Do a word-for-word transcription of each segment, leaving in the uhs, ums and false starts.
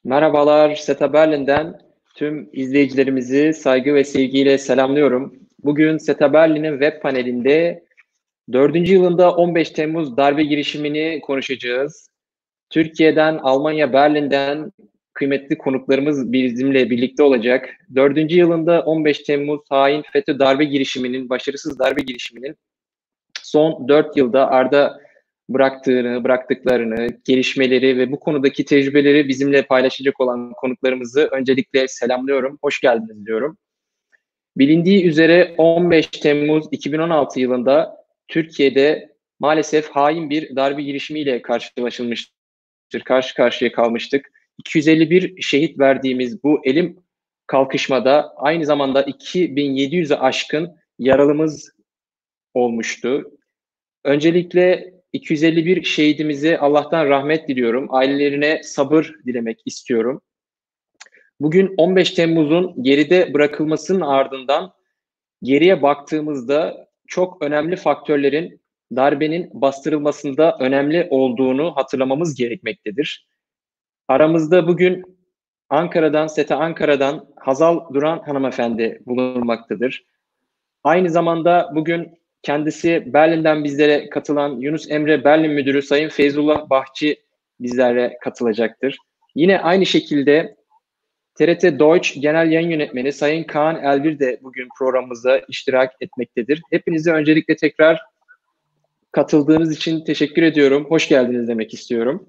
Merhabalar, SETA Berlin'den tüm izleyicilerimizi saygı ve sevgiyle selamlıyorum. Bugün SETA Berlin'in web panelinde dördüncü yılında on beş Temmuz darbe girişimini konuşacağız. Türkiye'den, Almanya, Berlin'den kıymetli konuklarımız bizimle birlikte olacak. Dördüncü yılında on beş Temmuz hain FETÖ darbe girişiminin, başarısız darbe girişiminin son dört yılda arda bıraktığını, bıraktıklarını, gelişmeleri ve bu konudaki tecrübeleri bizimle paylaşacak olan konuklarımızı öncelikle selamlıyorum. Hoş geldiniz diyorum. Bilindiği üzere on beş Temmuz iki bin on altı yılında Türkiye'de maalesef hain bir darbe girişimiyle karşılaşılmıştır, karşı karşıya kalmıştık. iki yüz elli bir şehit verdiğimiz bu elim kalkışmada aynı zamanda iki bin yedi yüze aşkın yaralımız olmuştu. Öncelikle iki yüz elli bir şehidimize Allah'tan rahmet diliyorum. Ailelerine sabır dilemek istiyorum. Bugün on beş Temmuz'un geride bırakılmasının ardından geriye baktığımızda çok önemli faktörlerin darbenin bastırılmasında önemli olduğunu hatırlamamız gerekmektedir. Aramızda bugün Ankara'dan, SETA Ankara'dan Hazal Duran hanımefendi bulunmaktadır. Aynı zamanda bugün kendisi Berlin'den bizlere katılan Yunus Emre Berlin Müdürü Sayın Feyzullah Bahçı bizlere katılacaktır. Yine aynı şekilde T R T Deutsch Genel Yayın Yönetmeni Sayın Kaan Elbir de bugün programımıza iştirak etmektedir. Hepinize öncelikle tekrar katıldığınız için teşekkür ediyorum. Hoş geldiniz demek istiyorum.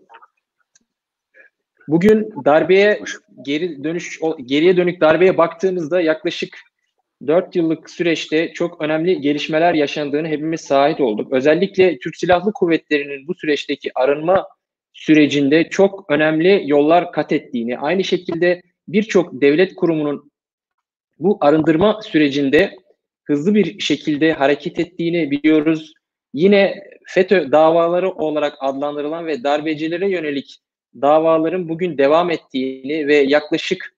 Bugün darbeye geri dönüş geriye dönük darbeye baktığımızda yaklaşık dört yıllık süreçte çok önemli gelişmeler yaşandığını hepimiz şahit olduk. Özellikle Türk Silahlı Kuvvetleri'nin bu süreçteki arınma sürecinde çok önemli yollar kat ettiğini, aynı şekilde birçok devlet kurumunun bu arındırma sürecinde hızlı bir şekilde hareket ettiğini biliyoruz. Yine FETÖ davaları olarak adlandırılan ve darbecilere yönelik davaların bugün devam ettiğini ve yaklaşık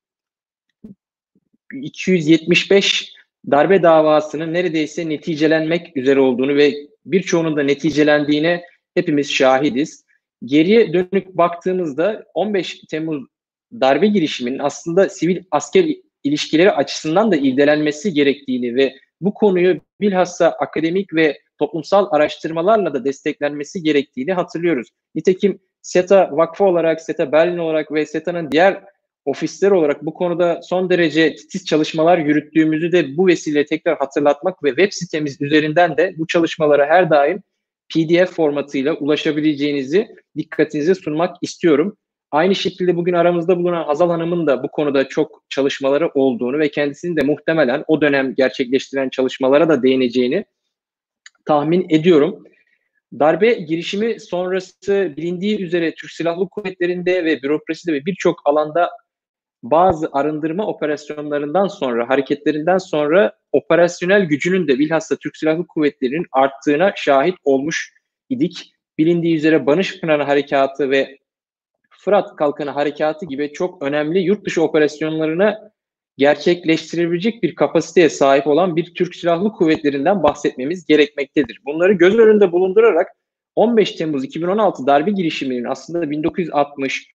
iki yüz yetmiş beş darbe davasının neredeyse neticelenmek üzere olduğunu ve birçoğunun da neticelendiğine hepimiz şahidiz. Geriye dönük baktığımızda on beş Temmuz darbe girişiminin aslında sivil asker ilişkileri açısından da irdelenmesi gerektiğini ve bu konuyu bilhassa akademik ve toplumsal araştırmalarla da desteklenmesi gerektiğini hatırlıyoruz. Nitekim SETA Vakfı olarak, SETA Berlin olarak ve SETA'nın diğer ofisler olarak bu konuda son derece titiz çalışmalar yürüttüğümüzü de bu vesileyle tekrar hatırlatmak ve web sitemiz üzerinden de bu çalışmalara her daim P D F formatıyla ulaşabileceğinizi dikkatinize sunmak istiyorum. Aynı şekilde bugün aramızda bulunan Hazal Hanım'ın da bu konuda çok çalışmaları olduğunu ve kendisinin de muhtemelen o dönem gerçekleştiren çalışmalara da değineceğini tahmin ediyorum. Darbe girişimi sonrası bilindiği üzere Türk Silahlı Kuvvetleri'nde ve bürokraside ve birçok alanda bazı arındırma operasyonlarından sonra, hareketlerinden sonra operasyonel gücünün de bilhassa Türk Silahlı Kuvvetleri'nin arttığına şahit olmuş idik. Bilindiği üzere Barış Pınarı Harekatı ve Fırat Kalkanı Harekatı gibi çok önemli yurt dışı operasyonlarına gerçekleştirebilecek bir kapasiteye sahip olan bir Türk Silahlı Kuvvetleri'nden bahsetmemiz gerekmektedir. Bunları göz önünde bulundurarak on beş Temmuz iki bin on altı darbe girişiminin aslında bin dokuz yüz altmış,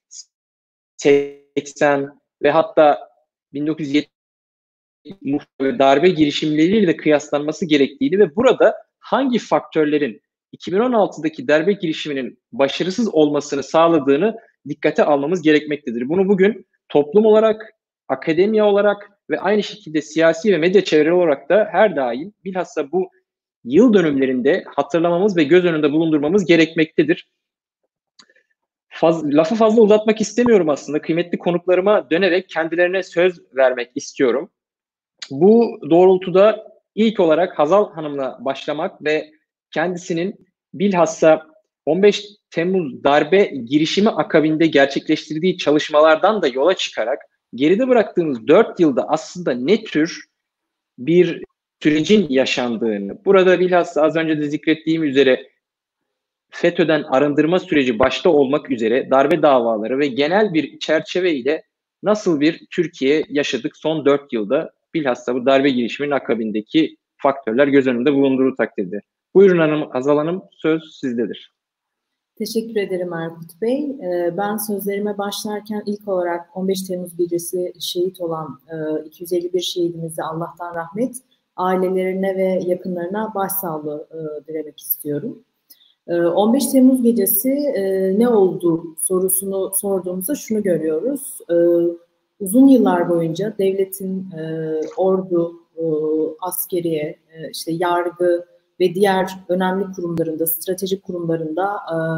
seksen ve hatta bin dokuz yüz yetmiş darbe girişimleriyle de kıyaslanması gerektiğini ve burada hangi faktörlerin iki bin on altıdaki darbe girişiminin başarısız olmasını sağladığını dikkate almamız gerekmektedir. Bunu bugün toplum olarak, akademiya olarak ve aynı şekilde siyasi ve medya çevreleri olarak da her daim bilhassa bu yıl dönümlerinde hatırlamamız ve göz önünde bulundurmamız gerekmektedir. Faz, lafı fazla uzatmak istemiyorum aslında. Kıymetli konuklarıma dönerek kendilerine söz vermek istiyorum. Bu doğrultuda ilk olarak Hazal Hanım'la başlamak ve kendisinin bilhassa on beş Temmuz darbe girişimi akabinde gerçekleştirdiği çalışmalardan da yola çıkarak geride bıraktığımız dört yılda aslında ne tür bir sürecin yaşandığını, burada bilhassa az önce de zikrettiğim üzere FETÖ'den arındırma süreci başta olmak üzere darbe davaları ve genel bir çerçeveyle nasıl bir Türkiye yaşadık son dört yılda bilhassa bu darbe girişiminin akabindeki faktörler göz önünde bulundurduğu takdirde. Buyurun hanım, Hazal Hanım, söz sizdedir. Teşekkür ederim Erkut Bey. Ben sözlerime başlarken ilk olarak on beş Temmuz gecesi şehit olan iki yüz elli bir şehidimize Allah'tan rahmet, ailelerine ve yakınlarına başsağlığı dilemek istiyorum. on beş Temmuz gecesi ne oldu sorusunu sorduğumuzda şunu görüyoruz. Uzun yıllar boyunca devletin ordu, askeriye, işte yargı ve diğer önemli kurumlarında, stratejik kurumlarında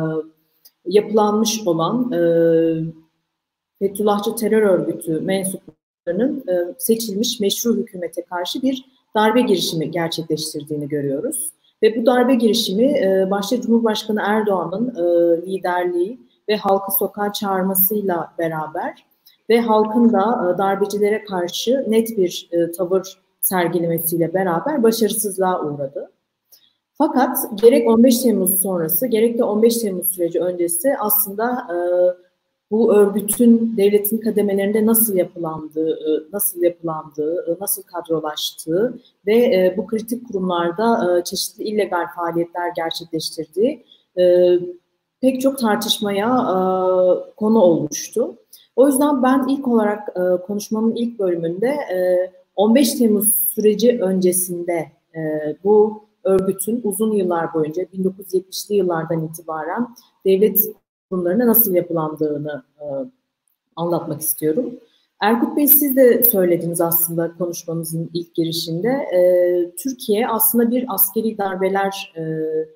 yapılanmış olan Fethullahçı terör örgütü mensuplarının seçilmiş meşru hükümete karşı bir darbe girişimi gerçekleştirdiğini görüyoruz. Ve bu darbe girişimi başta Cumhurbaşkanı Erdoğan'ın liderliği ve halkı sokağa çağırmasıyla beraber ve halkın da darbecilere karşı net bir tavır sergilemesiyle beraber başarısızlığa uğradı. Fakat gerek on beş Temmuz sonrası gerek de on beş Temmuz süreci öncesi aslında bu örgütün devletin kademelerinde nasıl yapılandığı, nasıl yapılandığı, nasıl kadrolaştığı ve bu kritik kurumlarda çeşitli illegal faaliyetler gerçekleştirdiği pek çok tartışmaya konu olmuştu. O yüzden ben ilk olarak konuşmamın ilk bölümünde on beş Temmuz süreci öncesinde bu örgütün uzun yıllar boyunca bin dokuz yüz yetmişli yıllardan itibaren devlet kurumlarına nasıl yapılandığını e, anlatmak istiyorum. Erkut Bey, siz de söylediniz aslında konuşmamızın ilk girişinde. E, Türkiye aslında bir askeri darbeler e,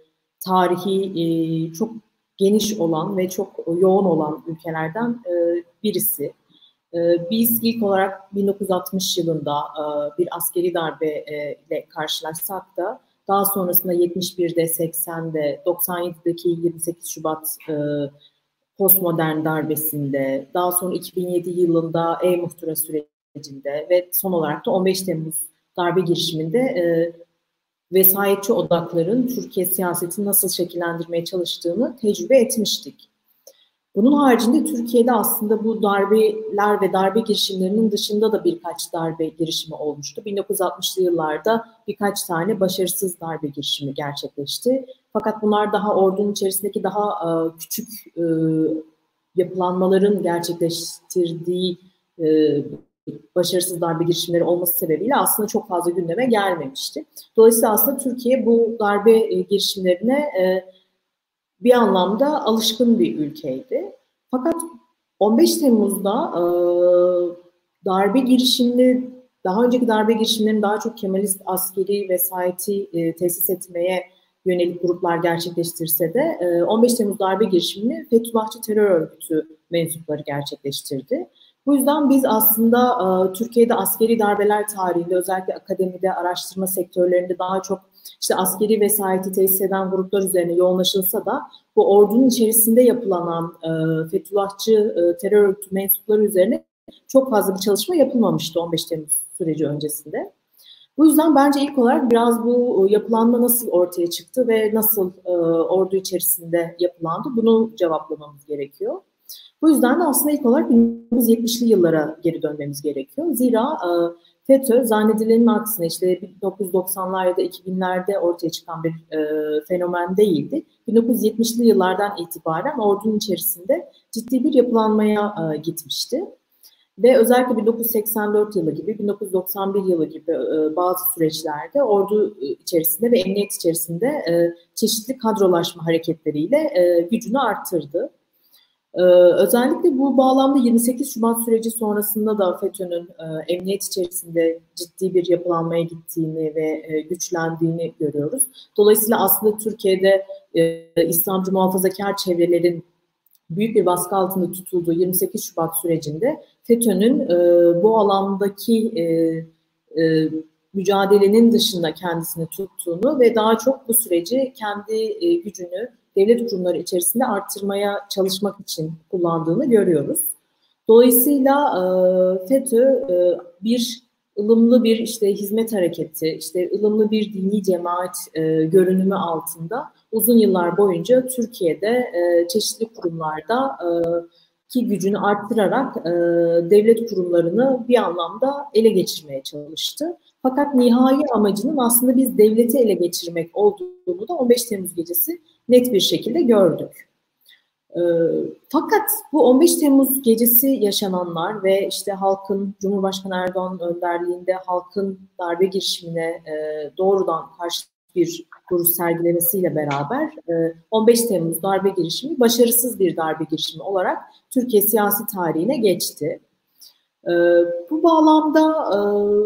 tarihi e, çok geniş olan ve çok yoğun olan ülkelerden e, birisi. E, biz ilk olarak bin dokuz yüz altmış yılında e, bir askeri darbe e, ile karşılaşsak da daha sonrasında yetmiş birde, seksende, doksan yedideki yirmi sekiz Şubat e, postmodern darbesinde, daha sonra iki bin yedi yılında E-Muhtıra sürecinde ve son olarak da on beş Temmuz darbe girişiminde e, vesayetçi odakların Türkiye siyasetini nasıl şekillendirmeye çalıştığını tecrübe etmiştik. Bunun haricinde Türkiye'de aslında bu darbeler ve darbe girişimlerinin dışında da birkaç darbe girişimi olmuştu. bin dokuz yüz altmışlı yıllarda birkaç tane başarısız darbe girişimi gerçekleşti. Fakat bunlar daha ordunun içerisindeki daha e, küçük e, yapılanmaların gerçekleştirdiği e, başarısız darbe girişimleri olması sebebiyle aslında çok fazla gündeme gelmemişti. Dolayısıyla aslında Türkiye bu darbe e, girişimlerine e, bir anlamda alışkın bir ülkeydi. Fakat on beş Temmuz'da e, darbe girişimini, daha önceki darbe girişimlerini daha çok Kemalist askeri vesayeti e, tesis etmeye yönelik gruplar gerçekleştirse de e, on beş Temmuz darbe girişimini Fethullahçı terör örgütü mensupları gerçekleştirdi. Bu yüzden biz aslında e, Türkiye'de askeri darbeler tarihinde, özellikle akademide, araştırma sektörlerinde daha çok işte askeri vesayeti tesis eden gruplar üzerine yoğunlaşılsa da bu ordunun içerisinde yapılan e, Fethullahçı e, terör örgütü mensupları üzerine çok fazla bir çalışma yapılmamıştı on beş Temmuz süreci öncesinde. Bu yüzden bence ilk olarak biraz bu yapılanma nasıl ortaya çıktı ve nasıl e, ordu içerisinde yapılandı, bunu cevaplamamız gerekiyor. Bu yüzden de aslında ilk olarak bin dokuz yüz yetmişli yıllara geri dönmemiz gerekiyor. Zira e, FETÖ zannedilenin aksine işte bin dokuz yüz doksanlar ya da iki binlerde ortaya çıkan bir e, fenomen değildi. bin dokuz yüz yetmişli yıllardan itibaren ordunun içerisinde ciddi bir yapılanmaya e, gitmişti. Ve özellikle bin dokuz yüz seksen dört yılı gibi, bin dokuz yüz doksan bir yılı gibi e, bazı süreçlerde ordu içerisinde ve emniyet içerisinde e, çeşitli kadrolaşma hareketleriyle e, gücünü arttırdı. Ee, özellikle bu bağlamda yirmi sekiz Şubat süreci sonrasında da FETÖ'nün e, emniyet içerisinde ciddi bir yapılanmaya gittiğini ve e, güçlendiğini görüyoruz. Dolayısıyla aslında Türkiye'de e, İslamcı muhafazakar çevrelerin büyük bir baskı altında tutulduğu yirmi sekiz Şubat sürecinde FETÖ'nün e, bu alandaki e, e, mücadelenin dışında kendisini tuttuğunu ve daha çok bu süreci kendi e, gücünü devlet kurumları içerisinde arttırmaya çalışmak için kullandığını görüyoruz. Dolayısıyla e, FETÖ e, bir ılımlı bir işte hizmet hareketi, işte ılımlı bir dini cemaat e, görünümü altında uzun yıllar boyunca Türkiye'de e, çeşitli kurumlarda e, ki gücünü arttırarak e, devlet kurumlarını bir anlamda ele geçirmeye çalıştı. Fakat nihai amacının aslında biz devleti ele geçirmek olduğunu da on beş Temmuz gecesi net bir şekilde gördük. E, fakat bu on beş Temmuz gecesi yaşananlar ve işte halkın, Cumhurbaşkanı Erdoğan'ın önderliğinde halkın darbe girişimine e, doğrudan karşı bir duruş sergilemesiyle beraber e, on beş Temmuz darbe girişimi başarısız bir darbe girişimi olarak Türkiye siyasi tarihine geçti. E, bu bağlamda e,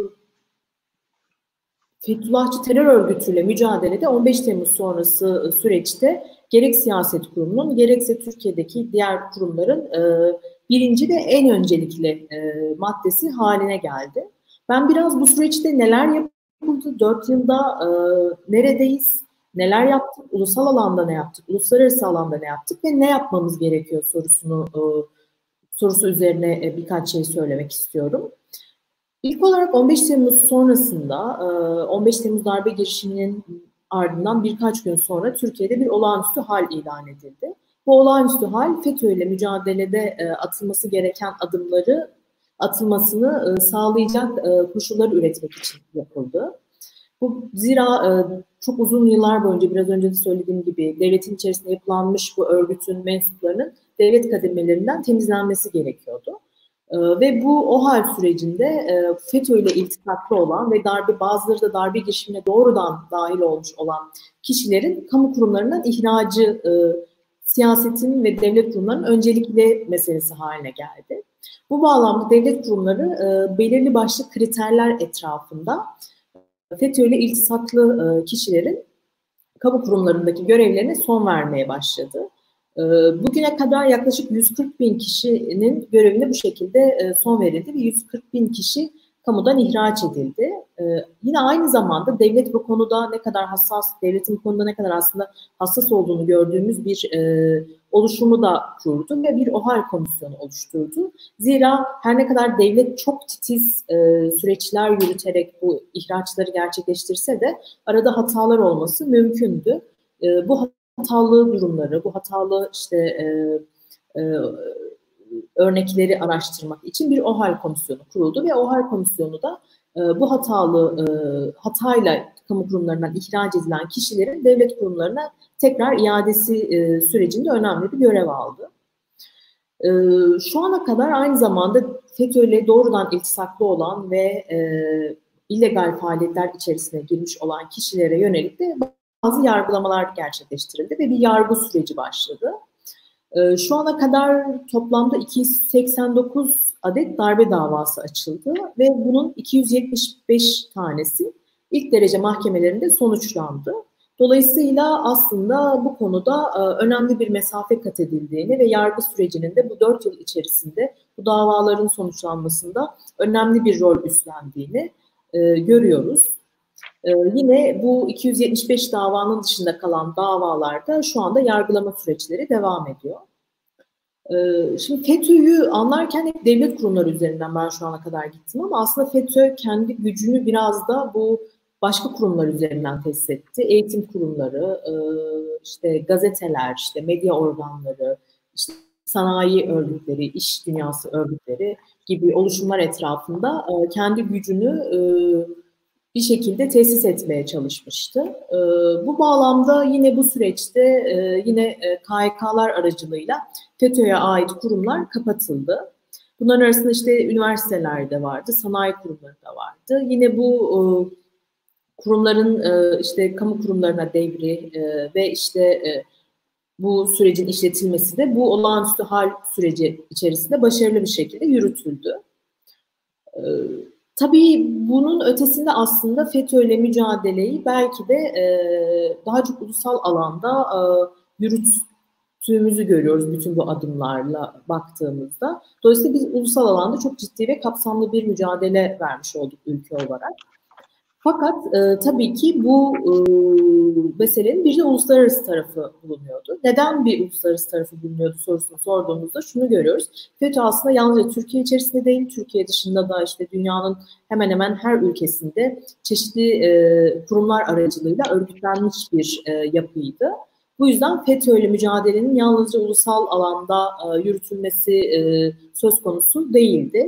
Fethullahçı terör örgütüyle mücadelede on beş Temmuz sonrası süreçte gerek siyaset kurumunun gerekse Türkiye'deki diğer kurumların e, birinci ve en öncelikli e, maddesi haline geldi. Ben biraz bu süreçte neler yapıldı, dört yılda e, neredeyiz, neler yaptık, ulusal alanda ne yaptık, uluslararası alanda ne yaptık ve ne yapmamız gerekiyor sorusunu e, sorusu üzerine e, birkaç şey söylemek istiyorum. İlk olarak on beş Temmuz sonrasında, on beş Temmuz darbe girişiminin ardından birkaç gün sonra Türkiye'de bir olağanüstü hal ilan edildi. Bu olağanüstü hal FETÖ ile mücadelede atılması gereken adımları atılmasını sağlayacak koşulları üretmek için yapıldı. Bu zira çok uzun yıllar boyunca biraz önce de söylediğim gibi devletin içerisinde yapılanmış bu örgütün mensuplarının devlet kademelerinden temizlenmesi gerekiyordu. Ve bu o hal sürecinde FETÖ ile iltisaklı olan ve darbe bazıları da darbe girişimine doğrudan dahil olmuş olan kişilerin kamu kurumlarından ihracı siyasetin ve devlet kurumlarının öncelikli meselesi haline geldi. Bu bağlamda devlet kurumları belirli başlı kriterler etrafında FETÖ ile iltisaklı kişilerin kamu kurumlarındaki görevlerine son vermeye başladı. Bugüne kadar yaklaşık yüz kırk bin kişinin görevine bu şekilde son verildi ve yüz kırk bin kişi kamudan ihraç edildi. Yine aynı zamanda devlet bu konuda ne kadar hassas, devletin bu konuda ne kadar aslında hassas olduğunu gördüğümüz bir oluşumu da kurdu ve bir OHAL komisyonu oluşturdu. Zira her ne kadar devlet çok titiz süreçler yürüterek bu ihraçları gerçekleştirse de arada hatalar olması mümkündü. Bu hatalı durumları, bu hatalı işte e, e, örnekleri araştırmak için bir OHAL komisyonu kuruldu ve OHAL komisyonu da e, bu hatalı e, hatayla kamu kurumlarından ihraç edilen kişilerin devlet kurumlarına tekrar iadesi e, sürecinde önemli bir görev aldı. E, şu ana kadar aynı zamanda FETÖ ile doğrudan iltisaklı olan ve e, illegal faaliyetler içerisine girmiş olan kişilere yönelik de bazı yargılamalar gerçekleştirildi ve bir yargı süreci başladı. Ee, şu ana kadar toplamda iki yüz seksen dokuz adet darbe davası açıldı ve bunun iki yüz yetmiş beş tanesi ilk derece mahkemelerinde sonuçlandı. Dolayısıyla aslında bu konuda e, önemli bir mesafe kat edildiğini ve yargı sürecinin de bu dört yıl içerisinde bu davaların sonuçlanmasında önemli bir rol üstlendiğini e, görüyoruz. Ee, yine bu iki yüz yetmiş beş davanın dışında kalan davalarda şu anda yargılama süreçleri devam ediyor. Ee, şimdi FETÖ'yü anlarken hep devlet kurumları üzerinden ben şu ana kadar gittim ama aslında FETÖ kendi gücünü biraz da bu başka kurumlar üzerinden test etti. Eğitim kurumları, işte gazeteler, işte medya organları, işte sanayi örgütleri, iş dünyası örgütleri gibi oluşumlar etrafında kendi gücünü bir şekilde tesis etmeye çalışmıştı. E, bu bağlamda yine bu süreçte e, yine e, K H K'lar aracılığıyla FETÖ'ye ait kurumlar kapatıldı. Bunların arasında işte üniversiteler de vardı, sanayi kurumları da vardı. Yine bu e, kurumların e, işte kamu kurumlarına devri e, ve işte e, bu sürecin işletilmesi de bu olağanüstü hal süreci içerisinde başarılı bir şekilde yürütüldü. E, Tabii bunun ötesinde aslında FETÖ ile mücadeleyi belki de e, daha çok ulusal alanda e, yürüttüğümüzü görüyoruz bütün bu adımlarla baktığımızda. Dolayısıyla biz ulusal alanda çok ciddi ve kapsamlı bir mücadele vermiş olduk ülke olarak. Fakat e, tabii ki bu e, meselenin bir de uluslararası tarafı bulunuyordu. Neden bir uluslararası tarafı bulunuyordu sorusunu sorduğumuzda şunu görüyoruz. FETÖ aslında yalnızca Türkiye içerisinde değil, Türkiye dışında da işte dünyanın hemen hemen her ülkesinde çeşitli e, kurumlar aracılığıyla örgütlenmiş bir e, yapıydı. Bu yüzden FETÖ ile mücadelenin yalnızca ulusal alanda e, yürütülmesi e, söz konusu değildi.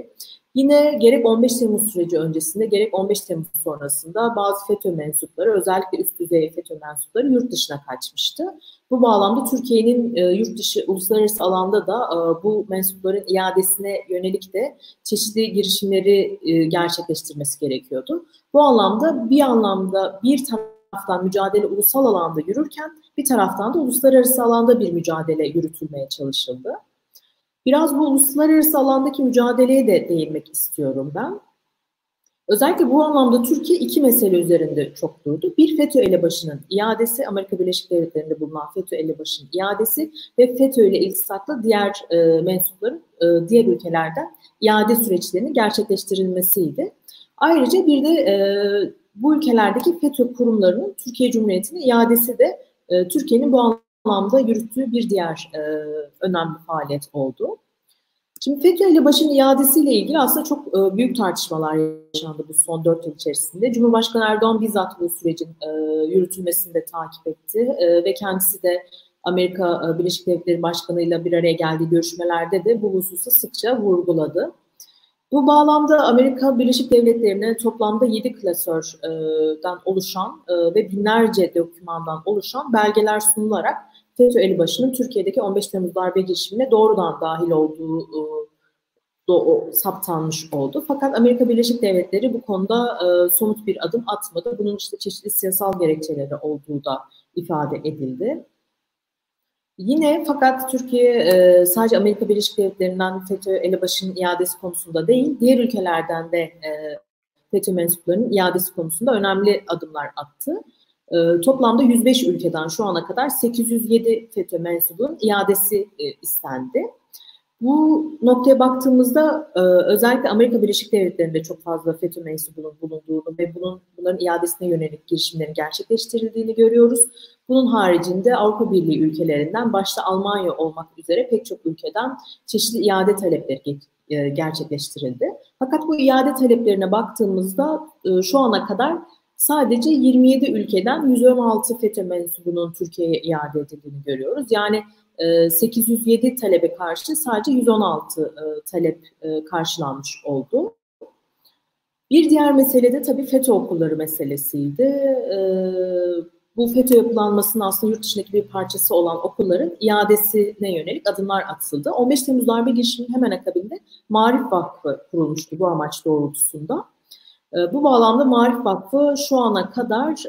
Yine gerek on beş Temmuz süreci öncesinde gerek on beş Temmuz sonrasında bazı FETÖ mensupları, özellikle üst düzey FETÖ mensupları yurt dışına kaçmıştı. Bu bağlamda Türkiye'nin e, yurt dışı uluslararası alanda da e, bu mensupların iadesine yönelik de çeşitli girişimleri e, gerçekleştirmesi gerekiyordu. Bu anlamda bir anlamda bir taraftan mücadele ulusal alanda yürürken bir taraftan da uluslararası alanda bir mücadele yürütülmeye çalışıldı. Biraz bu uluslararası alandaki mücadeleye de değinmek istiyorum ben. Özellikle bu anlamda Türkiye iki mesele üzerinde çok durdu. Bir, FETÖ elebaşının iadesi, Amerika Birleşik Devletleri'nde bulunan FETÖ elebaşının iadesi ve FETÖ ile iltisaklı diğer e, mensupların e, diğer ülkelerden iade süreçlerinin gerçekleştirilmesiydi. Ayrıca bir de e, bu ülkelerdeki FETÖ kurumlarının Türkiye Cumhuriyeti'ne iadesi de e, Türkiye'nin bu anlamda yürüttüğü bir diğer e, önemli faaliyet oldu. Şimdi FETÖ elebaşının iadesiyle ilgili aslında çok e, büyük tartışmalar yaşandı bu son dört yıl içerisinde. Cumhurbaşkanı Erdoğan bizzat bu sürecin e, yürütülmesini de takip etti e, ve kendisi de Amerika Birleşik Devletleri Başkanı ile bir araya geldiği görüşmelerde de bu hususu sıkça vurguladı. Bu bağlamda Amerika Birleşik Devletleri'ne toplamda yedi klasörden oluşan e, ve binlerce dokümandan oluşan belgeler sunularak FETÖ elebaşının Türkiye'deki on beş Temmuz darbe girişimine doğrudan dahil olduğu e, do, saptanmış oldu. Fakat Amerika Birleşik Devletleri bu konuda e, somut bir adım atmadı. Bunun işte çeşitli siyasal gerekçeleri olduğu da ifade edildi. Yine fakat Türkiye e, sadece Amerika Birleşik Devletleri'nden FETÖ elebaşının iadesi konusunda değil, diğer ülkelerden de e, FETÖ mensuplarının iadesi konusunda önemli adımlar attı. E, toplamda yüz beş ülkeden şu ana kadar sekiz yüz yedi FETÖ mensubunun iadesi e, istendi. Bu noktaya baktığımızda e, özellikle Amerika Birleşik Devletleri'nde çok fazla FETÖ mensubunun bulunduğunu ve bunun bunların iadesine yönelik girişimlerin gerçekleştirildiğini görüyoruz. Bunun haricinde Avrupa Birliği ülkelerinden başta Almanya olmak üzere pek çok ülkeden çeşitli iade talepleri e, gerçekleştirildi. Fakat bu iade taleplerine baktığımızda e, şu ana kadar sadece yirmi yedi ülkeden yüz on altı FETÖ mensubunun Türkiye'ye iade edildiğini görüyoruz. Yani sekiz yüz yedi talebe karşı sadece yüz on altı talep karşılanmış oldu. Bir diğer mesele de tabii FETÖ okulları meselesiydi. Bu FETÖ yapılanmasının aslında yurt dışındaki bir parçası olan okulların iadesine yönelik adımlar atıldı. on beş Temmuz darbe girişiminin hemen akabinde Maarif Vakfı kurulmuştu bu amaç doğrultusunda. Bu bağlamda Maarif Vakfı şu ana kadar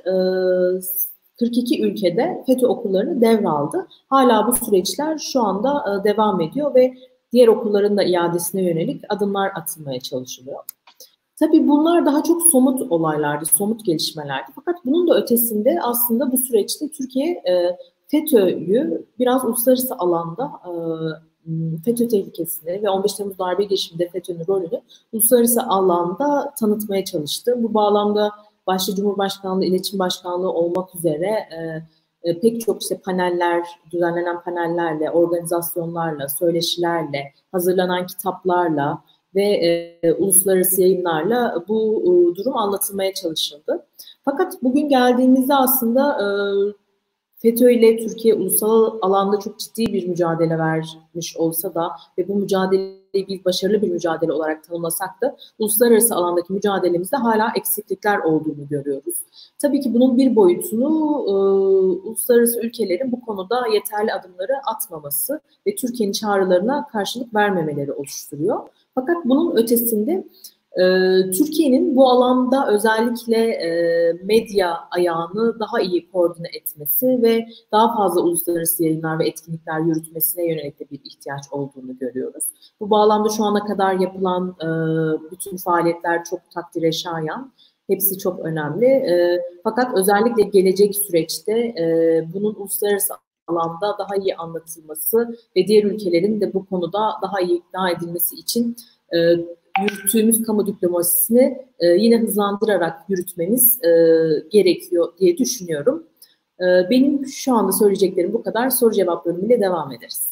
kırk iki ülkede FETÖ okullarını devraldı. Hala bu süreçler şu anda devam ediyor ve diğer okulların da iadesine yönelik adımlar atılmaya çalışılıyor. Tabii bunlar daha çok somut olaylardı, somut gelişmelerdi. Fakat bunun da ötesinde aslında bu süreçte Türkiye FETÖ'yü biraz uluslararası alanda FETÖ tehlikesini ve on beş Temmuz darbe girişiminde FETÖ'nün rolünü uluslararası alanda tanıtmaya çalıştı. Bu bağlamda başta Cumhurbaşkanlığı, İletişim Başkanlığı olmak üzere e, e, pek çok işte paneller, düzenlenen panellerle, organizasyonlarla, söyleşilerle, hazırlanan kitaplarla ve e, uluslararası yayınlarla bu e, durum anlatılmaya çalışıldı. Fakat bugün geldiğimizde aslında e, FETÖ ile Türkiye ulusal alanda çok ciddi bir mücadele vermiş olsa da ve bu mücadeleyi biz başarılı bir mücadele olarak tanımlasak da uluslararası alandaki mücadelemizde hala eksiklikler olduğunu görüyoruz. Tabii ki bunun bir boyutunu e, uluslararası ülkelerin bu konuda yeterli adımları atmaması ve Türkiye'nin çağrılarına karşılık vermemeleri oluşturuyor. Fakat bunun ötesinde Ee, Türkiye'nin bu alanda özellikle e, medya ayağını daha iyi koordine etmesi ve daha fazla uluslararası yayınlar ve etkinlikler yürütmesine yönelik de bir ihtiyaç olduğunu görüyoruz. Bu bağlamda şu ana kadar yapılan e, bütün faaliyetler çok takdire şayan, hepsi çok önemli. E, fakat özellikle gelecek süreçte e, bunun uluslararası alanda daha iyi anlatılması ve diğer ülkelerin de bu konuda daha iyi ikna edilmesi için e, yürüttüğümüz kamu diplomasisini e, yine hızlandırarak yürütmemiz e, gerekiyor diye düşünüyorum. E, benim şu anda söyleyeceklerim bu kadar. Soru cevap bölümüyle devam ederiz.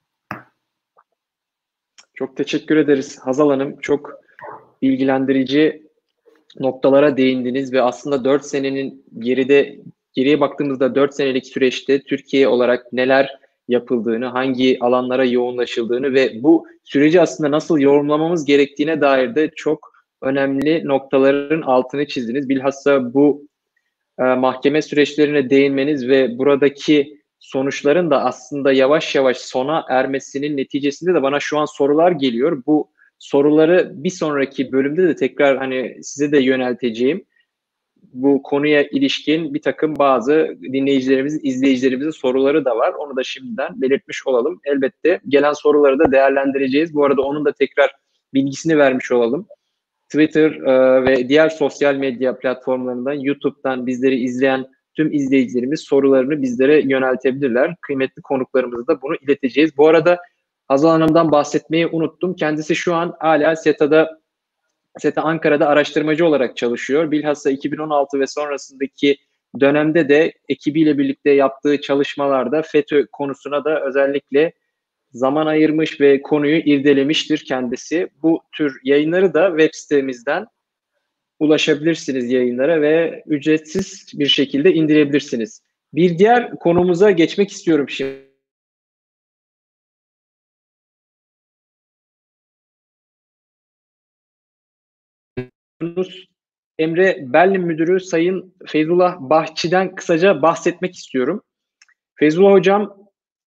Çok teşekkür ederiz Hazal Hanım. Çok bilgilendirici noktalara değindiniz ve aslında dört senenin geride geriye baktığımızda dört senelik süreçte Türkiye olarak neler yapıldığını, hangi alanlara yoğunlaşıldığını ve bu süreci aslında nasıl yorumlamamız gerektiğine dair de çok önemli noktaların altını çizdiniz. Bilhassa bu e, mahkeme süreçlerine değinmeniz ve buradaki sonuçların da aslında yavaş yavaş sona ermesinin neticesinde de bana şu an sorular geliyor. Bu soruları bir sonraki bölümde de tekrar hani size de yönelteceğim. Bu konuya ilişkin bir takım bazı dinleyicilerimizin, izleyicilerimizin soruları da var. Onu da şimdiden belirtmiş olalım. Elbette gelen soruları da değerlendireceğiz. Bu arada onun da tekrar bilgisini vermiş olalım. Twitter e, ve diğer sosyal medya platformlarından, YouTube'dan bizleri izleyen tüm izleyicilerimiz sorularını bizlere yöneltebilirler. Kıymetli konuklarımıza da bunu ileteceğiz. Bu arada Hazal Hanım'dan bahsetmeyi unuttum. Kendisi şu an hala SETA'da, SETA Ankara'da araştırmacı olarak çalışıyor. Bilhassa iki bin on altı ve sonrasındaki dönemde de ekibiyle birlikte yaptığı çalışmalarda FETÖ konusuna da özellikle zaman ayırmış ve konuyu irdelemiştir kendisi. Bu tür yayınları da web sitemizden ulaşabilirsiniz yayınlara ve ücretsiz bir şekilde indirebilirsiniz. Bir diğer konumuza geçmek istiyorum şimdi. Emre Berlin Müdürü Sayın Feyzullah Bahçi'den kısaca bahsetmek istiyorum. Feyzullah Hocam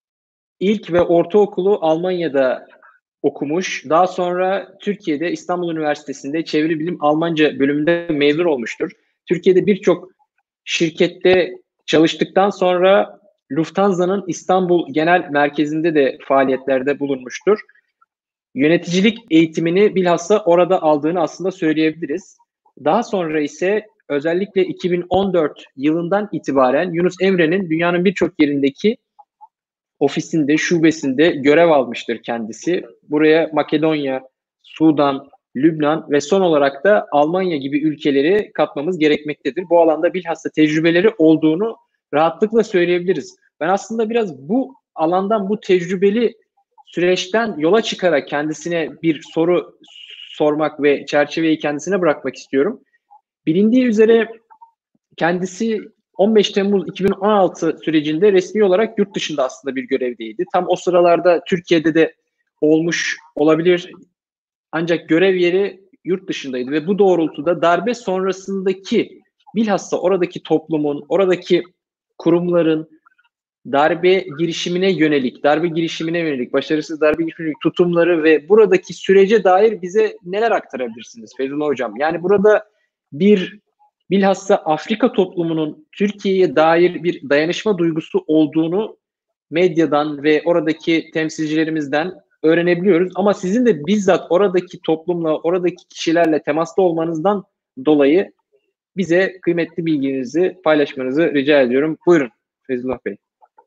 ilk ve ortaokulu Almanya'da okumuş. Daha sonra Türkiye'de İstanbul Üniversitesi'nde Çeviri Bilim Almanca bölümünde mezun olmuştur. Türkiye'de birçok şirkette çalıştıktan sonra Lufthansa'nın İstanbul Genel Merkezi'nde de faaliyetlerde bulunmuştur. Yöneticilik eğitimini bilhassa orada aldığını aslında söyleyebiliriz. Daha sonra ise özellikle iki bin on dört yılından itibaren Yunus Emre'nin dünyanın birçok yerindeki ofisinde, şubesinde görev almıştır kendisi. Buraya Makedonya, Sudan, Lübnan ve son olarak da Almanya gibi ülkeleri katmamız gerekmektedir. Bu alanda bilhassa tecrübeleri olduğunu rahatlıkla söyleyebiliriz. Ben aslında biraz bu alandan, bu tecrübeli süreçten yola çıkarak kendisine bir soru sormak ve çerçeveyi kendisine bırakmak istiyorum. Bilindiği üzere kendisi on beş Temmuz iki bin on altı sürecinde resmi olarak yurt dışında aslında bir görevdeydi. Tam o sıralarda Türkiye'de de olmuş olabilir. Ancak görev yeri yurt dışındaydı ve bu doğrultuda darbe sonrasındaki bilhassa oradaki toplumun, oradaki kurumların darbe girişimine yönelik, darbe girişimine yönelik, başarısız darbe girişimine yönelik tutumları ve buradaki sürece dair bize neler aktarabilirsiniz Feyzullah Hocam? Yani burada bir bilhassa Afrika toplumunun Türkiye'ye dair bir dayanışma duygusu olduğunu medyadan ve oradaki temsilcilerimizden öğrenebiliyoruz. Ama sizin de bizzat oradaki toplumla, oradaki kişilerle temaslı olmanızdan dolayı bize kıymetli bilginizi paylaşmanızı rica ediyorum. Buyurun Feyzullah Bey.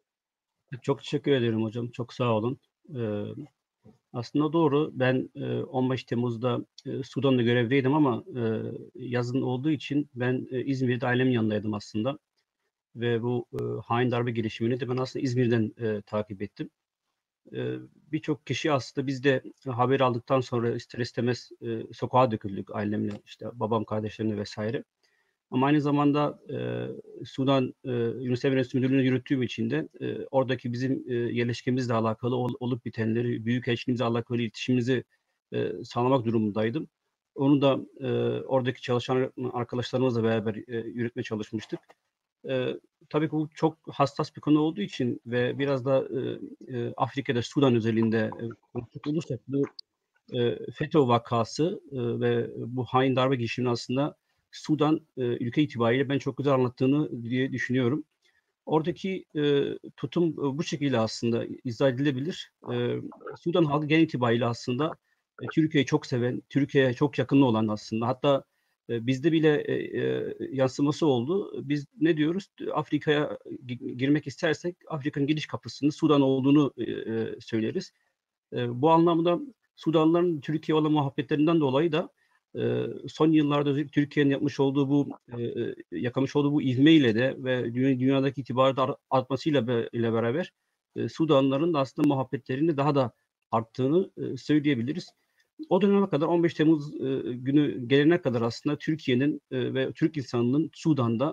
Çok teşekkür ederim hocam. Çok sağ olun. Ee, aslında doğru. Ben e, on beş Temmuz'da e, Sudan'da görevdeydim ama e, yazın olduğu için ben e, İzmir'de ailemin yanındaydım aslında. Ve bu e, hain darbe girişimini de ben aslında İzmir'den e, takip ettim. E, Birçok kişi aslında biz de haber aldıktan sonra ister istemez e, sokağa döküldük ailemle, işte babam, kardeşlerimle vesaire. Ama aynı zamanda e, Sudan e, Yunus Emre Müdürlüğü'nü yürüttüğüm için de e, oradaki bizim e, yerleşkemizle alakalı ol, olup bitenleri, büyükelçiliğimizle alakalı iletişimimizi e, sağlamak durumundaydım. Onu da e, oradaki çalışan arkadaşlarımızla beraber e, yürütmeye çalışmıştık. E, tabii ki bu çok hassas bir konu olduğu için ve biraz da e, e, Afrika'da Sudan özelinde konuşacak e, olursak bu e, FETÖ vakası e, ve bu hain darbe girişimini aslında Sudan e, ülke itibariyle ben çok güzel anlattığını diye düşünüyorum. Oradaki e, tutum e, bu şekilde aslında izah edilebilir. E, Sudan halkı genel itibariyle aslında e, Türkiye'yi çok seven, Türkiye'ye çok yakınlı olan aslında. Hatta e, bizde bile e, e, yansıması oldu. Biz ne diyoruz? Afrika'ya girmek istersek Afrika'nın giriş kapısının Sudan olduğunu e, e, söyleriz. E, bu anlamda Sudanlıların Türkiye olan muhabbetlerinden dolayı da e, son yıllarda Türkiye'nin yapmış olduğu bu e, yakalamış olduğu bu ivmeyle de ve dünyadaki itibarı da artmasıyla be, ile beraber e, Sudanlıların da aslında muhabbetlerinin daha da arttığını e, söyleyebiliriz. O döneme kadar on beş Temmuz e, günü gelene kadar aslında Türkiye'nin e, ve Türk insanının Sudan'da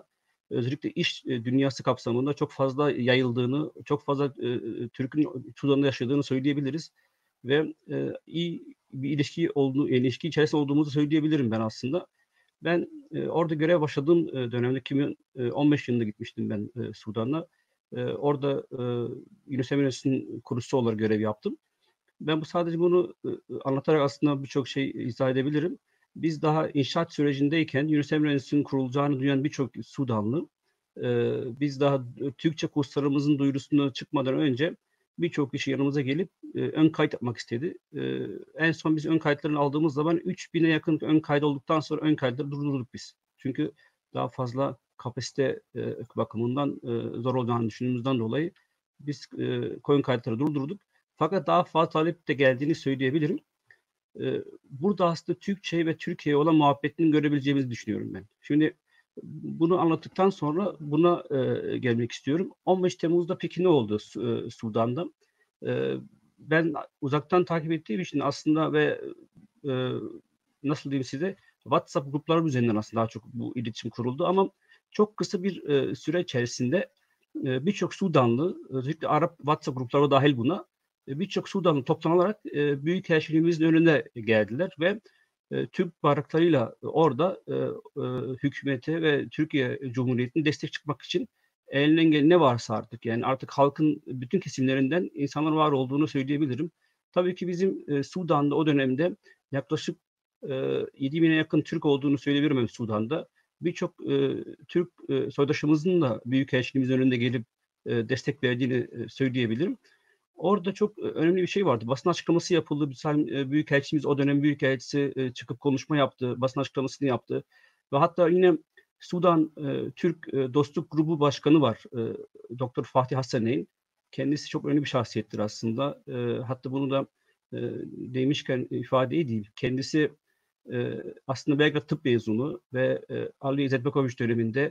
özellikle iş e, dünyası kapsamında çok fazla yayıldığını, çok fazla e, Türk'ün Sudan'da yaşadığını söyleyebiliriz ve e, iyi bir ilişki olduğu, ilişki içerisinde olduğumuzu söyleyebilirim ben aslında. Ben e, orada görev başladığım e, dönemde iki bin on beş yılında gitmiştim ben e, Sudan'a. E, orada e, Yunus Emre Enstitüsü'nün kurucusu olarak görev yaptım. Ben bu sadece bunu e, anlatarak aslında birçok şey izah edebilirim. Biz daha inşaat sürecindeyken Yunus Emre Enstitüsü'nün kurulacağını duyan birçok Sudanlı, e, biz daha Türkçe kurslarımızın duyurusuna çıkmadan önce birçok kişi yanımıza gelip e, ön kayıt yapmak istedi. E, en son biz ön kayıtlarını aldığımız zaman üç bine yakın ön kayıt olduktan sonra ön kayıtları durdurduk biz. Çünkü daha fazla kapasite e, bakımından e, zor olacağını düşündüğümüzden dolayı biz e, ön kayıtları durdurduk. Fakat daha fazla talep de geldiğini söyleyebilirim. Ee, burada aslında Türkçe ve Türkiye'ye olan muhabbetini görebileceğimizi düşünüyorum ben. Şimdi bunu anlattıktan sonra buna e, gelmek istiyorum. on beş Temmuz'da peki ne oldu e, Sudan'da? E, ben uzaktan takip ettiğim için aslında ve e, nasıl diyeyim size, WhatsApp grupları üzerinden aslında daha çok bu iletişim kuruldu ama çok kısa bir e, süre içerisinde e, birçok Sudanlı, özellikle Arap WhatsApp grupları dahil buna, birçok Sudanlı toplanarak e, Büyükelçiliğimizin önüne geldiler ve e, Türk bayraklarıyla orada e, e, hükümete ve Türkiye Cumhuriyeti'ne destek çıkmak için elinden gelen ne varsa artık, yani artık halkın bütün kesimlerinden insanlar var olduğunu söyleyebilirim. Tabii ki bizim e, Sudan'da o dönemde yaklaşık e, yedi bine yakın Türk olduğunu söyleyebilirim Sudan'da. Birçok e, Türk e, soydaşımızın da Büyükelçiliğimizin önünde gelip e, destek verdiğini e, söyleyebilirim. Orada çok önemli bir şey vardı. Basın açıklaması yapıldı. Bir büyükelçimiz, o dönem büyükelçisi çıkıp konuşma yaptı. Basın açıklamasını yaptı. Ve hatta yine Sudan e, Türk e, Dostluk Grubu Başkanı var. E, Doktor Fatih Hassaneyn. Kendisi çok önemli bir şahsiyettir aslında. E, hatta bunu da e, demişken ifade edeyim. Kendisi e, aslında Belgrad Tıp mezunu ve e, Ali İzzet döneminde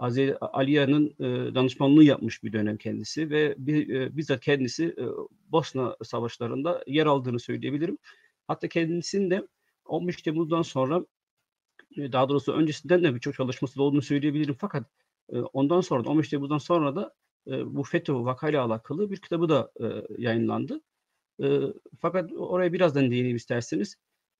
Aliya'nın e, danışmanlığı yapmış bir dönem kendisi ve bir, e, bizzat kendisi e, Bosna savaşlarında yer aldığını söyleyebilirim. Hatta kendisinin de on beş Temmuz'dan sonra, e, daha doğrusu öncesinden de birçok çalışması da olduğunu söyleyebilirim. Fakat e, ondan sonra da on beş Temmuz'dan sonra da e, bu FETÖ vakayla alakalı bir kitabı da e, yayınlandı. E, fakat oraya birazdan değineyim isterseniz.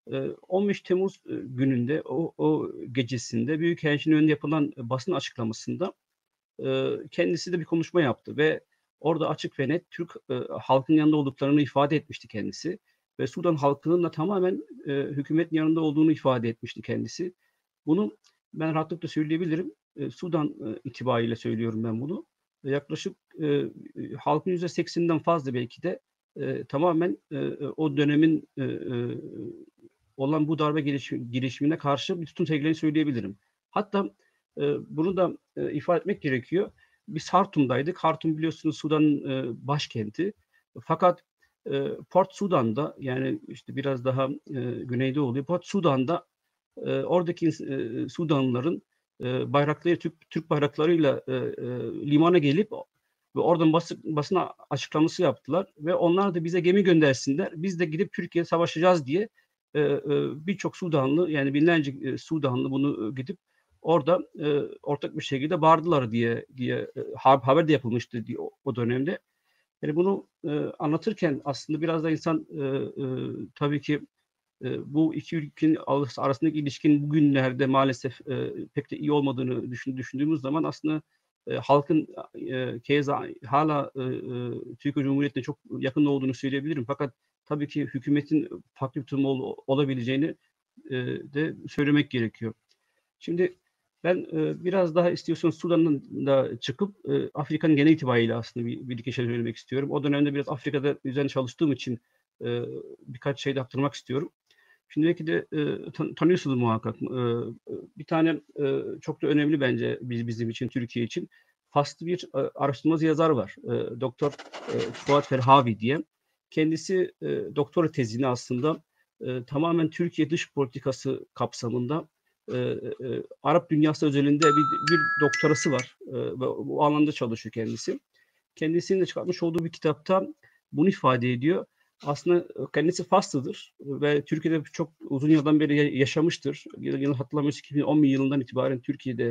on beş Temmuz gününde, o, o gecesinde Büyükelçinin önünde yapılan basın açıklamasında kendisi de bir konuşma yaptı ve orada açık ve net Türk halkının yanında olduklarını ifade etmişti kendisi ve Sudan halkının da tamamen hükümetin yanında olduğunu ifade etmişti kendisi. Bunu ben rahatlıkla söyleyebilirim. Sudan itibariyle söylüyorum ben bunu. Yaklaşık halkın yüzde sekseninden fazla belki de tamamen o dönemin olan bu darbe girişim, girişimine karşı bir tutum sergilediğini söyleyebilirim. Hatta e, bunu da e, ifade etmek gerekiyor. Biz Hartum'daydık. Hartum biliyorsunuz Sudan'ın e, başkenti. Fakat e, Port Sudan'da, yani işte biraz daha e, güneyde oluyor. Port Sudan'da e, oradaki e, Sudanlıların e, bayrakları, Türk, Türk bayraklarıyla e, e, limana gelip ve oradan basın, basına açıklaması yaptılar ve onlar da bize gemi göndersinler. Biz de gidip Türkiye'ye savaşacağız diye e, e, birçok Sudanlı, yani binlerce e, Sudanlı bunu e, gidip orada e, ortak bir şekilde bağırdılar diye diye e, haber de yapılmıştı diye, o, o dönemde. Yani bunu e, anlatırken aslında biraz da insan e, e, tabii ki e, bu iki ülkenin arasındaki ilişkinin bugünlerde maalesef e, pek de iyi olmadığını düşün, düşündüğümüz zaman aslında e, halkın e, keza hala e, e, Türkiye Cumhuriyeti'ne çok yakın olduğunu söyleyebilirim. Fakat tabii ki hükümetin farklı bir tutumu ol, olabileceğini e, de söylemek gerekiyor. Şimdi ben e, biraz daha istiyorsanız Sudan'dan da çıkıp e, Afrika'nın genel itibariyle aslında bir, bir iki şey söylemek istiyorum. O dönemde biraz Afrika'da üzerine çalıştığım için e, birkaç şey de aktarmak istiyorum. Şimdi belki de e, tan- tanıyorsunuz muhakkak. E, bir tane e, çok da önemli bence biz, bizim için, Türkiye için. Faslı bir e, araştırmacı yazar var. E, Doktor e, Fuat Ferhavi diye. Kendisi e, doktora tezini aslında e, tamamen Türkiye dış politikası kapsamında e, e, Arap dünyası özelinde bir, bir doktorası var. E, ve bu alanda çalışıyor kendisi. Kendisinin de çıkartmış olduğu bir kitapta bunu ifade ediyor. Aslında kendisi Faslıdır ve Türkiye'de çok uzun yıldan beri yaşamıştır. Yıl hatırlamıyorsam iki bin on yılından itibaren Türkiye'de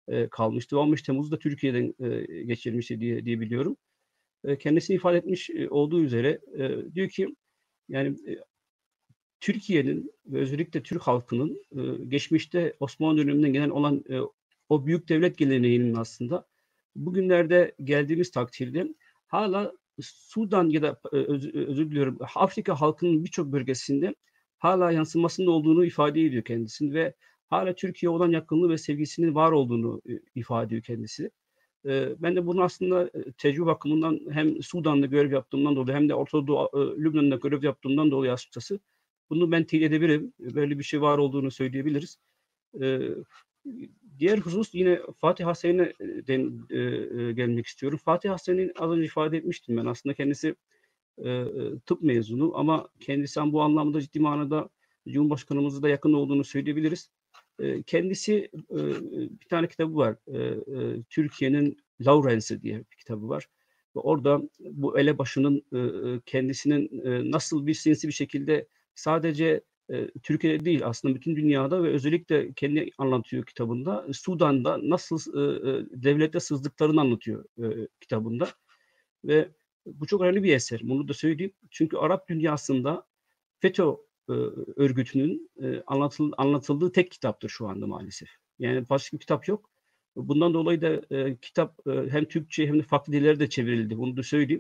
e, kalmıştı. on beş Temmuz'da Türkiye'den e, geçirmişti diye, diye biliyorum. E, kendisi ifade etmiş e, olduğu üzere e, diyor ki yani e, Türkiye'nin ve özellikle Türk halkının e, geçmişte Osmanlı döneminden gelen olan e, o büyük devlet geleneğinin aslında bugünlerde geldiğimiz takdirde hala Sudan ya da e, öz, özür diliyorum Afrika halkının birçok bölgesinde hala yansımasında olduğunu ifade ediyor kendisi ve hala Türkiye olan yakınlığı ve sevgisinin var olduğunu e, ifade ediyor kendisi. E, ben de bunu aslında e, tecrübe bakımından hem Sudan'da görev yaptığımdan dolayı hem de Orta Doğu, e, Lübnan'da görev yaptığımdan dolayı açıkçası bunu ben teyit edebilirim. Böyle bir şey var olduğunu söyleyebiliriz. E, diğer husus yine Fatih Haseni'ne e, e, gelmek istiyorum. Fatih Haseni az önce ifade etmiştim ben. Aslında kendisi e, tıp mezunu ama kendisi bu anlamda ciddi manada Cumhurbaşkanımızla da yakın olduğunu söyleyebiliriz. E, kendisi e, bir tane kitabı var. E, e, Türkiye'nin Lawrence'i diye bir kitabı var. Ve orada bu elebaşının e, kendisinin e, nasıl bir sinsi bir şekilde sadece e, Türkiye'de değil aslında bütün dünyada ve özellikle kendi anlatıyor kitabında. Sudan'da nasıl e, e, devlete sızdıklarını anlatıyor e, kitabında. Ve bu çok önemli bir eser. Bunu da söyleyeyim. Çünkü Arap dünyasında FETÖ e, örgütünün e, anlatıl, anlatıldığı tek kitaptır şu anda maalesef. Yani başka bir kitap yok. Bundan dolayı da e, kitap e, hem Türkçe hem de farklı dillere de çevrildi. Bunu da söyleyeyim.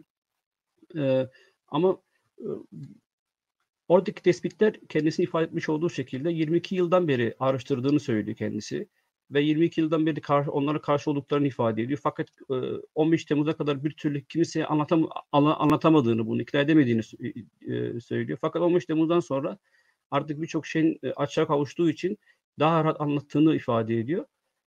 E, ama e, oradaki tespitler kendisini ifade etmiş olduğu şekilde yirmi iki yıldan beri araştırdığını söylüyor kendisi. Ve yirmi iki yıldan beri kar, onlara karşı olduklarını ifade ediyor. Fakat e, on beş Temmuz'a kadar bir türlü kimseye anlatam, anlatamadığını, bunu ikna edemediğini e, söylüyor. Fakat on beş Temmuz'dan sonra artık birçok şeyin e, açığa kavuştuğu için daha rahat anlattığını ifade ediyor.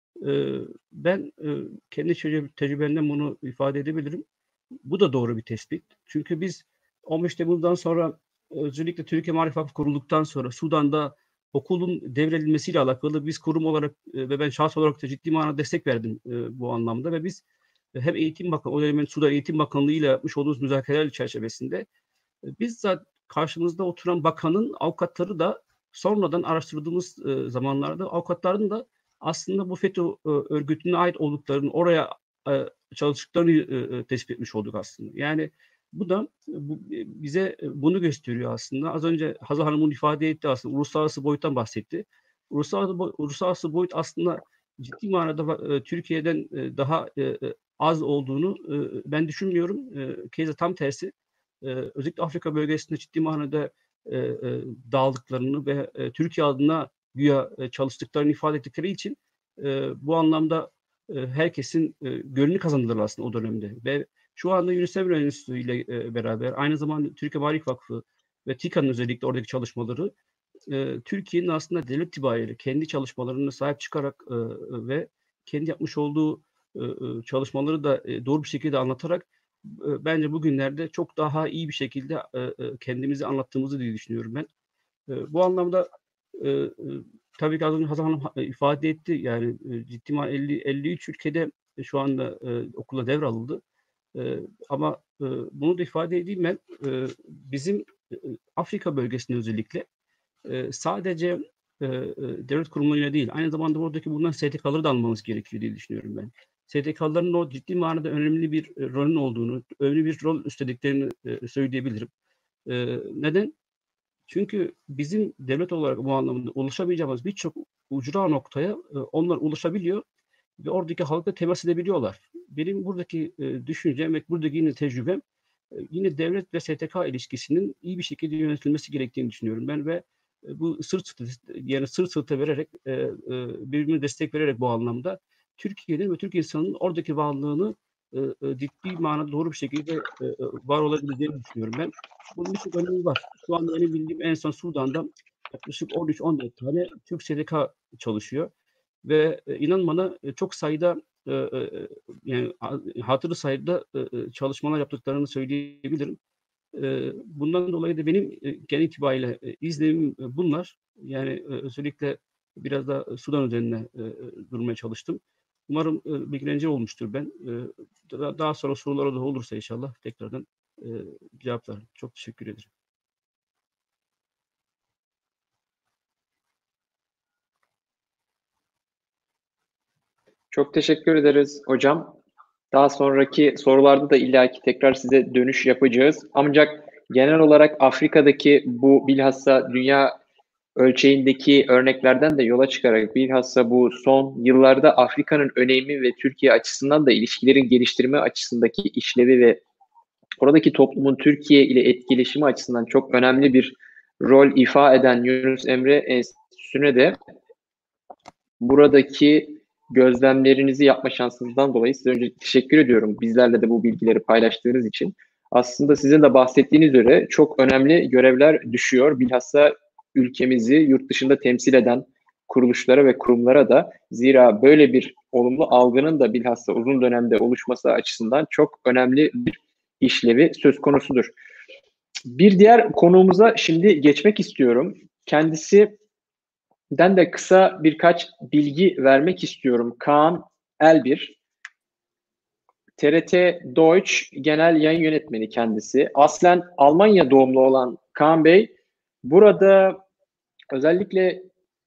E, ben e, kendi tecrübemden bunu ifade edebilirim. Bu da doğru bir tespit. Çünkü biz on beş Temmuz'dan sonra özellikle Türkiye Marif Vakfı kurulduktan sonra Sudan'da okulun devredilmesiyle alakalı biz kurum olarak e, ve ben şahs olarak da ciddi manada destek verdim e, bu anlamda ve biz e, hem Eğitim Bakanı, o dönemin Sudan Eğitim Bakanlığı ile yapmış olduğumuz müzakereler çerçevesinde e, bizzat karşımızda oturan bakanın avukatları da sonradan araştırdığımız e, zamanlarda avukatların da aslında bu FETÖ e, örgütüne ait olduklarını, oraya e, çalıştıklarını e, tespit etmiş olduk aslında. Yani bu da bu, bize bunu gösteriyor aslında. Az önce Hazal Hanım'ın ifade ettiği aslında uluslararası boyuttan bahsetti. Uluslararası, uluslararası boyut aslında ciddi manada e, Türkiye'den e, daha e, az olduğunu e, ben düşünmüyorum. E, keza tam tersi. E, özellikle Afrika bölgesinde ciddi manada e, e, dağıldıklarını ve e, Türkiye adına güya e, çalıştıklarını ifade ettikleri için e, bu anlamda e, herkesin e, gönlünü kazandılar aslında o dönemde. Ve şu anda UNICEF Enstitüsü ile e, beraber aynı zamanda Türkiye Marif Vakfı ve TİKA'nın özellikle oradaki çalışmaları e, Türkiye'nin aslında devlet itibariyle kendi çalışmalarına sahip çıkarak e, ve kendi yapmış olduğu e, çalışmaları da e, doğru bir şekilde anlatarak e, bence bugünlerde çok daha iyi bir şekilde e, e, kendimizi anlattığımızı diye düşünüyorum ben. E, bu anlamda e, e, tabii ki az önce Hazal Hanım ifade etti. Yani e, ciddi manada elli, elli üç ülkede şu anda e, okula devralındı. E, ama e, bunu da ifade edeyim ben. E, bizim e, Afrika bölgesinde özellikle e, sadece e, e, devlet kurumlarıyla değil, aynı zamanda buradaki bulunan S T K'ları da almamız gerekiyor diye düşünüyorum ben. S T K'ların o ciddi manada önemli bir e, rolün olduğunu, önemli bir rol üstlediklerini e, söyleyebilirim. E, neden? Çünkü bizim devlet olarak bu anlamda ulaşamayacağımız birçok ucra noktaya e, onlar ulaşabiliyor ve oradaki halka temas edebiliyorlar. Benim buradaki e, düşüncem ve buradaki yine tecrübem e, yine devlet ve S T K ilişkisinin iyi bir şekilde yönetilmesi gerektiğini düşünüyorum ben ve e, bu sırt sırta yani sırt sırta vererek e, e, birbirine destek vererek bu anlamda Türkiye'nin ve Türk insanının oradaki varlığını e, e, ciddi manada doğru bir şekilde e, e, var olabileceğini düşünüyorum ben. Bunun birçok önemi var. Şu anda benim bildiğim en son Sudan'da yaklaşık on üç on dört tane Türk S T K çalışıyor. Ve e, inan bana e, çok sayıda e, e, yani hatırı sayıda e, çalışmalar yaptıklarını söyleyebilirim. E, bundan dolayı da benim e, genel itibariyle e, izlemim e, bunlar. Yani e, özellikle biraz da Sudan üzerine e, durmaya çalıştım. Umarım e, bilgilendirici olmuştur ben. E, daha, daha sonra sorular da olursa inşallah tekrardan e, cevaplarım. Çok teşekkür ederim. Çok teşekkür ederiz hocam. Daha sonraki sorularda da illaki tekrar size dönüş yapacağız. Ancak genel olarak Afrika'daki bu bilhassa dünya ölçeğindeki örneklerden de yola çıkarak bilhassa bu son yıllarda Afrika'nın önemi ve Türkiye açısından da ilişkilerin geliştirme açısındaki işlevi ve oradaki toplumun Türkiye ile etkileşimi açısından çok önemli bir rol ifa eden Yunus Emre Enstitüsü'ne de buradaki gözlemlerinizi yapma şansınızdan dolayı size önce teşekkür ediyorum. Bizlerle de bu bilgileri paylaştığınız için. Aslında sizin de bahsettiğiniz üzere çok önemli görevler düşüyor. Bilhassa ülkemizi yurt dışında temsil eden kuruluşlara ve kurumlara da, zira böyle bir olumlu algının da bilhassa uzun dönemde oluşması açısından çok önemli bir işlevi söz konusudur. Bir diğer konuğumuza şimdi geçmek istiyorum. Kendisi den de kısa birkaç bilgi vermek istiyorum. Kaan Elbir, T R T Deutsch Genel Yayın Yönetmeni kendisi. Aslen Almanya doğumlu olan Kaan Bey, burada özellikle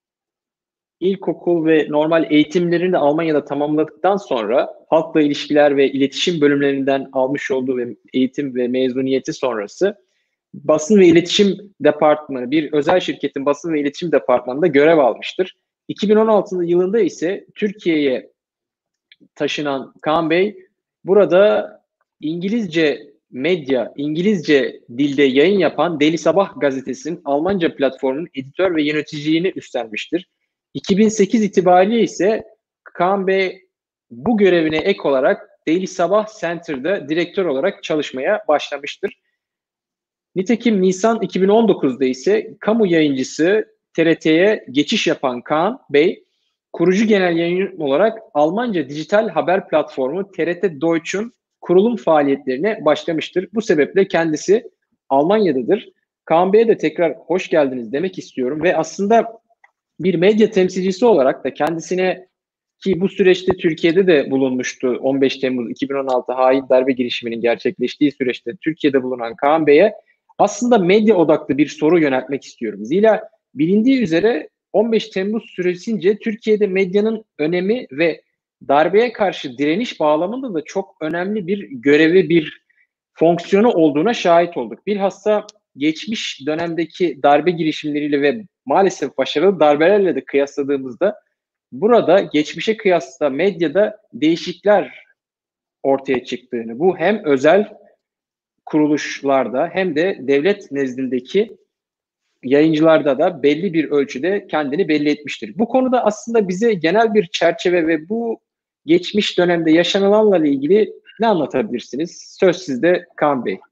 ilkokul ve normal eğitimlerini Almanya'da tamamladıktan sonra halkla ilişkiler ve iletişim bölümlerinden almış olduğu ve eğitim ve mezuniyeti sonrası basın ve iletişim departmanı, bir özel şirketin basın ve iletişim departmanında görev almıştır. iki bin on altı yılında ise Türkiye'ye taşınan Kaan Bey, burada İngilizce medya, İngilizce dilde yayın yapan Deli Sabah gazetesinin Almanca platformunun editör ve yöneticiliğini üstlenmiştir. iki bin sekiz itibariyle ise Kaan Bey bu görevine ek olarak Deli Sabah Center'da direktör olarak çalışmaya başlamıştır. Nitekim Nisan iki bin on dokuzda ise kamu yayıncısı T R T'ye geçiş yapan Kaan Bey, kurucu genel yayın olarak Almanca dijital haber platformu T R T Deutsch'un kurulum faaliyetlerine başlamıştır. Bu sebeple kendisi Almanya'dadır. Kaan Bey'e de tekrar hoş geldiniz demek istiyorum ve aslında bir medya temsilcisi olarak da kendisine, ki bu süreçte Türkiye'de de bulunmuştu, on beş Temmuz iki bin on altı hain darbe girişiminin gerçekleştiği süreçte Türkiye'de bulunan Kaan Bey'e aslında medya odaklı bir soru yöneltmek istiyorum. Zira bilindiği üzere on beş Temmuz süresince Türkiye'de medyanın önemi ve darbeye karşı direniş bağlamında da çok önemli bir görevi, bir fonksiyonu olduğuna şahit olduk. Bilhassa geçmiş dönemdeki darbe girişimleriyle ve maalesef başarılı darbelerle de kıyasladığımızda burada geçmişe kıyasla medyada değişiklikler ortaya çıktığını, bu hem özel kuruluşlarda hem de devlet nezdindeki yayıncılarda da belli bir ölçüde kendini belli etmiştir. Bu konuda aslında bize genel bir çerçeve ve bu geçmiş dönemde yaşanılanlarla ilgili ne anlatabilirsiniz? Söz sizde Kaan Bey.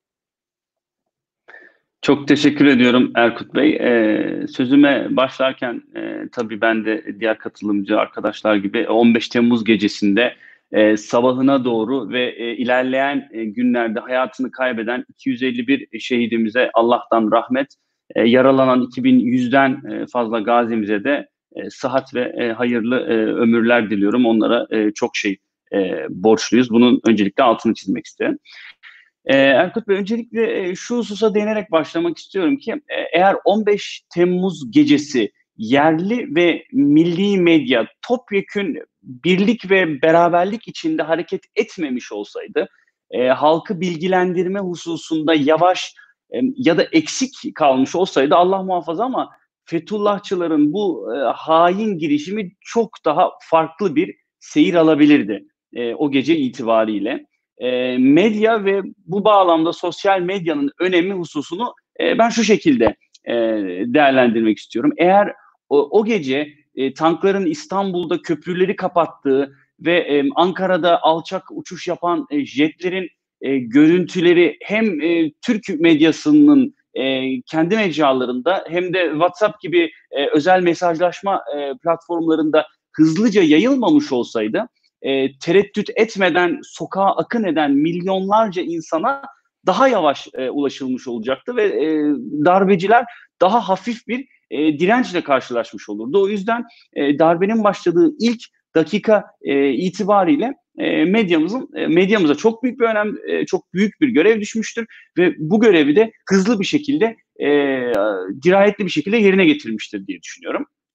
Çok teşekkür ediyorum Erkut Bey. Ee, sözüme başlarken e, tabii ben de diğer katılımcı arkadaşlar gibi on beş Temmuz gecesinde e, sabahına doğru ve e, ilerleyen e, günlerde hayatını kaybeden iki yüz elli bir şehidimize Allah'tan rahmet, e, yaralanan iki bin yüzden e, fazla gazimize de e, sıhhat ve e, hayırlı e, ömürler diliyorum. Onlara e, çok şey e, borçluyuz. Bunun öncelikle altını çizmek isterim. Ee, Erkut Bey, öncelikle şu hususa değinerek başlamak istiyorum ki eğer on beş Temmuz gecesi yerli ve milli medya topyekün birlik ve beraberlik içinde hareket etmemiş olsaydı, e, halkı bilgilendirme hususunda yavaş e, ya da eksik kalmış olsaydı, Allah muhafaza, ama Fethullahçıların bu e, hain girişimi çok daha farklı bir seyir alabilirdi e, o gece itibariyle. E, medya ve bu bağlamda sosyal medyanın önemi hususunu e, ben şu şekilde e, değerlendirmek istiyorum. Eğer o, o gece e, tankların İstanbul'da köprüleri kapattığı ve e, Ankara'da alçak uçuş yapan e, jetlerin e, görüntüleri hem e, Türk medyasının e, kendi mecralarında hem de WhatsApp gibi e, özel mesajlaşma e, platformlarında hızlıca yayılmamış olsaydı, E, tereddüt etmeden sokağa akın eden milyonlarca insana daha yavaş e, ulaşılmış olacaktı ve e, darbeciler daha hafif bir e, dirençle karşılaşmış olurdu. O yüzden e, darbenin başladığı ilk dakika e, itibariyle e, medyamızın e, medyamıza çok büyük bir önem, e, çok büyük bir görev düşmüştür ve bu görevi de hızlı bir şekilde, e, dirayetli bir şekilde yerine getirmiştir diye düşünüyorum.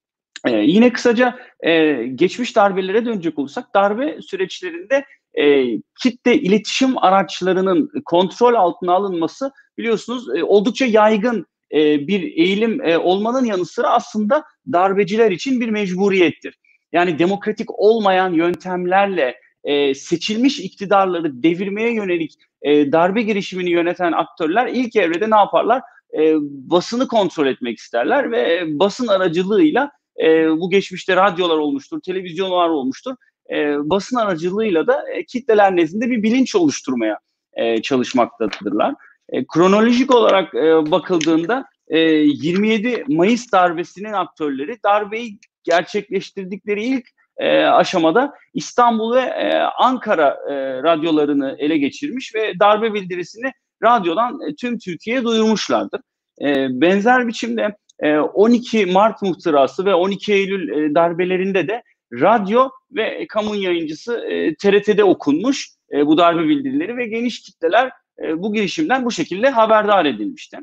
Ee, yine kısaca e, geçmiş darbelere dönecek olursak, darbe süreçlerinde e, kitle iletişim araçlarının kontrol altına alınması biliyorsunuz e, oldukça yaygın e, bir eğilim e, olmanın yanı sıra aslında darbeciler için bir mecburiyettir. Yani demokratik olmayan yöntemlerle e, seçilmiş iktidarları devirmeye yönelik e, darbe girişimini yöneten aktörler ilk evrede ne yaparlar? E, basını kontrol etmek isterler ve basın aracılığıyla e, bu geçmişte radyolar olmuştur, televizyonlar olmuştur. E, basın aracılığıyla da e, kitleler nezdinde bir bilinç oluşturmaya e, çalışmaktadırlar. E, kronolojik olarak e, bakıldığında e, yirmi yedi Mayıs darbesinin aktörleri darbeyi gerçekleştirdikleri ilk e, aşamada İstanbul ve e, Ankara e, radyolarını ele geçirmiş ve darbe bildirisini radyodan e, tüm Türkiye'ye duyurmuşlardır. E, benzer biçimde e, on iki Mart muhtırası ve on iki Eylül e, darbelerinde de radyo ve kamu yayıncısı e, T R T'de okunmuş e, bu darbe bildirileri ve geniş kitleler e, bu girişimden bu şekilde haberdar edilmişti.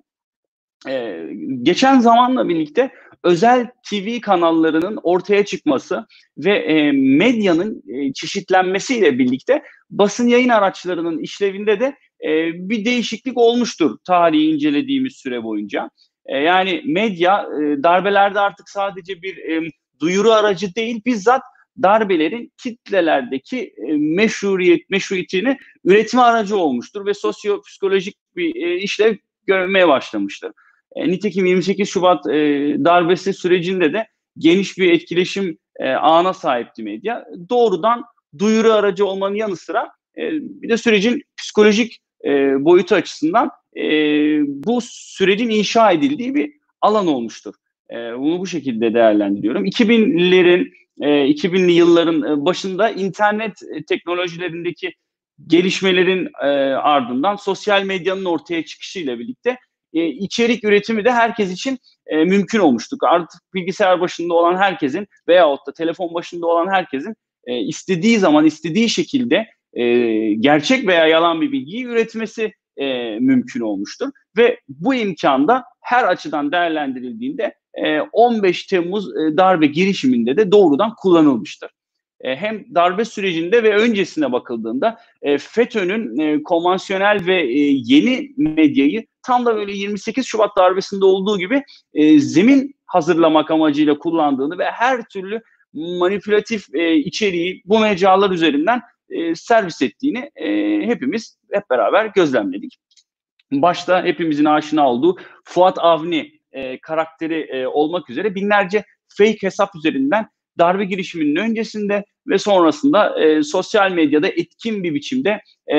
E, geçen zamanla birlikte özel T V kanallarının ortaya çıkması ve e, medyanın e, çeşitlenmesiyle birlikte basın yayın araçlarının işlevinde de e, bir değişiklik olmuştur tarihi incelediğimiz süre boyunca. E, yani medya e, darbelerde artık sadece bir e, duyuru aracı değil, bizzat darbelerin kitlelerdeki e, meşruiyet, meşruiyetini üretme aracı olmuştur ve sosyo-psikolojik bir e, işlev görmeye başlamıştır. E, nitekim yirmi sekiz Şubat e, darbesi sürecinde de geniş bir etkileşim e, ağına sahipti medya. Doğrudan duyuru aracı olmanın yanı sıra e, bir de sürecin psikolojik e, boyutu açısından e, bu sürecin inşa edildiği bir alan olmuştur. E, bunu bu şekilde değerlendiriyorum. iki binlerin, e, iki binli yılların başında internet teknolojilerindeki gelişmelerin e, ardından sosyal medyanın ortaya çıkışıyla birlikte e, içerik üretimi de herkes için e, mümkün olmuştu. Artık bilgisayar başında olan herkesin veyahut da telefon başında olan herkesin e, istediği zaman, istediği şekilde e, gerçek veya yalan bir bilgiyi üretmesi e, mümkün olmuştur. Ve bu imkanda her açıdan değerlendirildiğinde e, on beş Temmuz e, darbe girişiminde de doğrudan kullanılmıştır. Hem darbe sürecinde ve öncesine bakıldığında e, FETÖ'nün e, konvansiyonel ve e, yeni medyayı tam da böyle yirmi sekiz Şubat darbesinde olduğu gibi e, zemin hazırlamak amacıyla kullandığını ve her türlü manipülatif e, içeriği bu mecralar üzerinden e, servis ettiğini e, hepimiz hep beraber gözlemledik. Başta hepimizin aşina olduğu Fuat Avni e, karakteri e, olmak üzere binlerce fake hesap üzerinden darbe girişiminin öncesinde ve sonrasında e, sosyal medyada etkin bir biçimde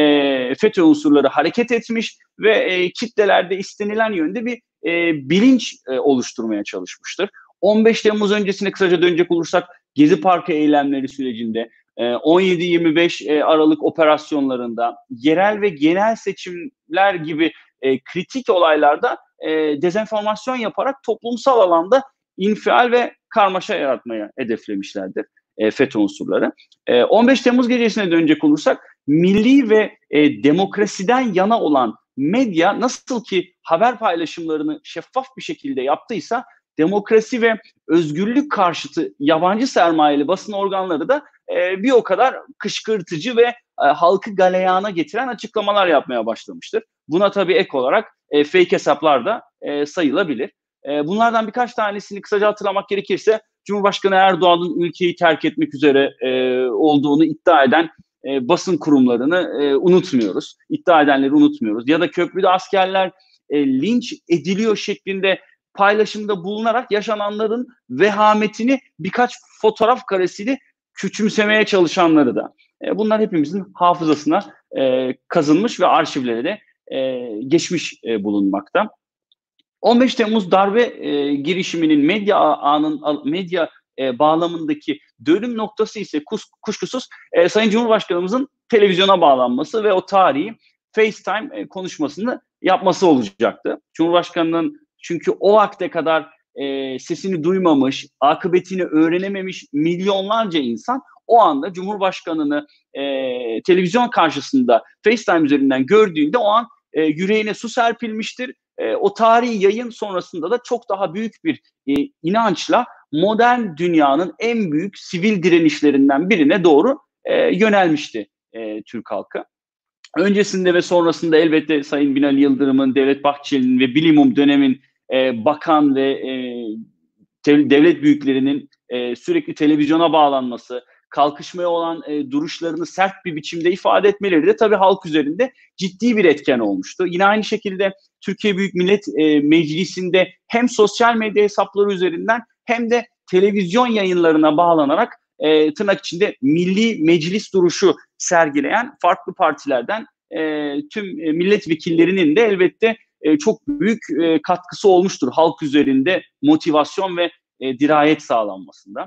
e, FETÖ unsurları hareket etmiş ve e, kitlelerde istenilen yönde bir e, bilinç e, oluşturmaya çalışmıştır. on beş Temmuz öncesine kısaca dönecek olursak Gezi Parkı eylemleri sürecinde, e, on yedi yirmi beş e, Aralık operasyonlarında, yerel ve genel seçimler gibi e, kritik olaylarda e, dezenformasyon yaparak toplumsal alanda infial ve karmaşa yaratmaya hedeflemişlerdir e, FETÖ unsurları. E, on beş Temmuz gecesine dönecek olursak milli ve e, demokrasiden yana olan medya nasıl ki haber paylaşımlarını şeffaf bir şekilde yaptıysa demokrasi ve özgürlük karşıtı yabancı sermayeli basın organları da e, bir o kadar kışkırtıcı ve e, halkı galeyana getiren açıklamalar yapmaya başlamıştır. Buna tabii ek olarak e, fake hesaplar da e, sayılabilir. Bunlardan birkaç tanesini kısaca hatırlamak gerekirse Cumhurbaşkanı Erdoğan'ın ülkeyi terk etmek üzere e, olduğunu iddia eden e, basın kurumlarını e, unutmuyoruz. İddia edenleri unutmuyoruz. Ya da köprüde askerler e, linç ediliyor şeklinde paylaşımda bulunarak yaşananların vehametini birkaç fotoğraf karesiyle küçümsemeye çalışanları da. E, bunlar hepimizin hafızasına e, kazınmış ve arşivlere de e, geçmiş e, bulunmakta. on beş Temmuz darbe e, girişiminin medya ağının medya e, bağlamındaki dönüm noktası ise kus, kuşkusuz e, Sayın Cumhurbaşkanımızın televizyona bağlanması ve o tarihi FaceTime e, konuşmasını yapması olacaktı. Cumhurbaşkanının çünkü o vakte kadar e, sesini duymamış, akıbetini öğrenememiş milyonlarca insan o anda Cumhurbaşkanını e, televizyon karşısında FaceTime üzerinden gördüğünde o an e, yüreğine su serpilmiştir. E, o tarihi yayın sonrasında da çok daha büyük bir e, inançla modern dünyanın en büyük sivil direnişlerinden birine doğru e, yönelmişti e, Türk halkı. Öncesinde ve sonrasında elbette Sayın Binali Yıldırım'ın, Devlet Bahçeli'nin ve bilimum dönemin e, bakan ve e, devlet büyüklerinin e, sürekli televizyona bağlanması, kalkışmaya olan e, duruşlarını sert bir biçimde ifade etmeleri de tabii halk üzerinde ciddi bir etken olmuştu. Yine aynı şekilde Türkiye Büyük Millet e, Meclisi'nde hem sosyal medya hesapları üzerinden hem de televizyon yayınlarına bağlanarak e, tırnak içinde milli meclis duruşu sergileyen farklı partilerden e, tüm e, milletvekillerinin de elbette e, çok büyük e, katkısı olmuştur halk üzerinde motivasyon ve e, dirayet sağlanmasında.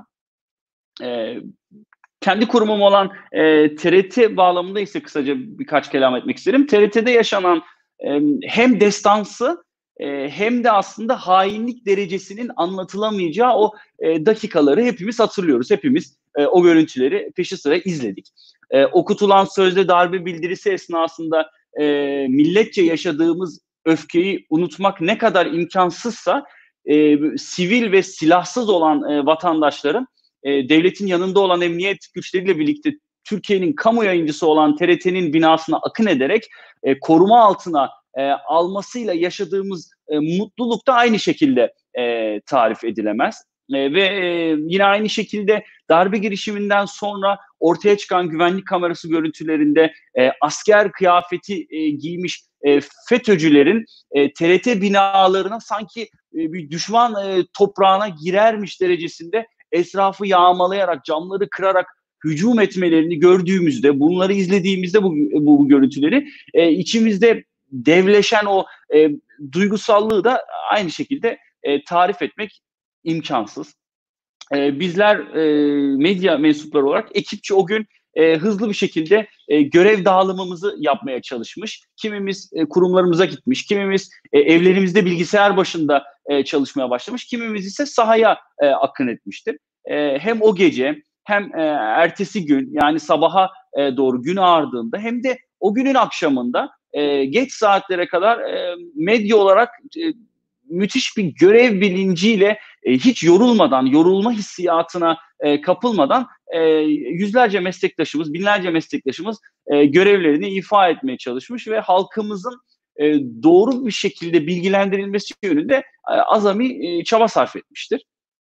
E, kendi kurumum olan e, T R T bağlamında ise kısaca birkaç kelam etmek isterim. T R T'de yaşanan e, hem destansı e, hem de aslında hainlik derecesinin anlatılamayacağı o e, dakikaları hepimiz hatırlıyoruz. Hepimiz e, o görüntüleri peşi sıra izledik. E, okutulan sözde darbe bildirisi esnasında e, milletçe yaşadığımız öfkeyi unutmak ne kadar imkansızsa e, sivil ve silahsız olan e, vatandaşların e, devletin yanında olan emniyet güçleriyle birlikte Türkiye'nin kamu yayıncısı olan T R T'nin binasına akın ederek e, koruma altına e, almasıyla yaşadığımız e, mutluluk da aynı şekilde e, tarif edilemez. E, ve e, yine aynı şekilde darbe girişiminden sonra ortaya çıkan güvenlik kamerası görüntülerinde e, asker kıyafeti e, giymiş e, FETÖ'cülerin e, T R T binalarına sanki e, bir düşman e, toprağına girermiş derecesinde etrafı yağmalayarak, camları kırarak hücum etmelerini gördüğümüzde, bunları izlediğimizde bu, bu, bu görüntüleri e, içimizde devleşen o e, duygusallığı da aynı şekilde e, tarif etmek imkansız. E, bizler e, medya mensupları olarak ekipçe o gün e, hızlı bir şekilde e, görev dağılımımızı yapmaya çalışmış. Kimimiz e, kurumlarımıza gitmiş, kimimiz e, evlerimizde bilgisayar başında e, çalışmaya başlamış, kimimiz ise sahaya e, akın etmiştir. E, hem o gece hem e, ertesi gün yani sabaha e, doğru gün ağardığında hem de o günün akşamında e, geç saatlere kadar e, medya olarak e, müthiş bir görev bilinciyle e, hiç yorulmadan, yorulma hissiyatına e, kapılmadan e, yüzlerce meslektaşımız, binlerce meslektaşımız e, görevlerini ifa etmeye çalışmış ve halkımızın e, doğru bir şekilde bilgilendirilmesi yönünde e, azami e, çaba sarf etmiştir.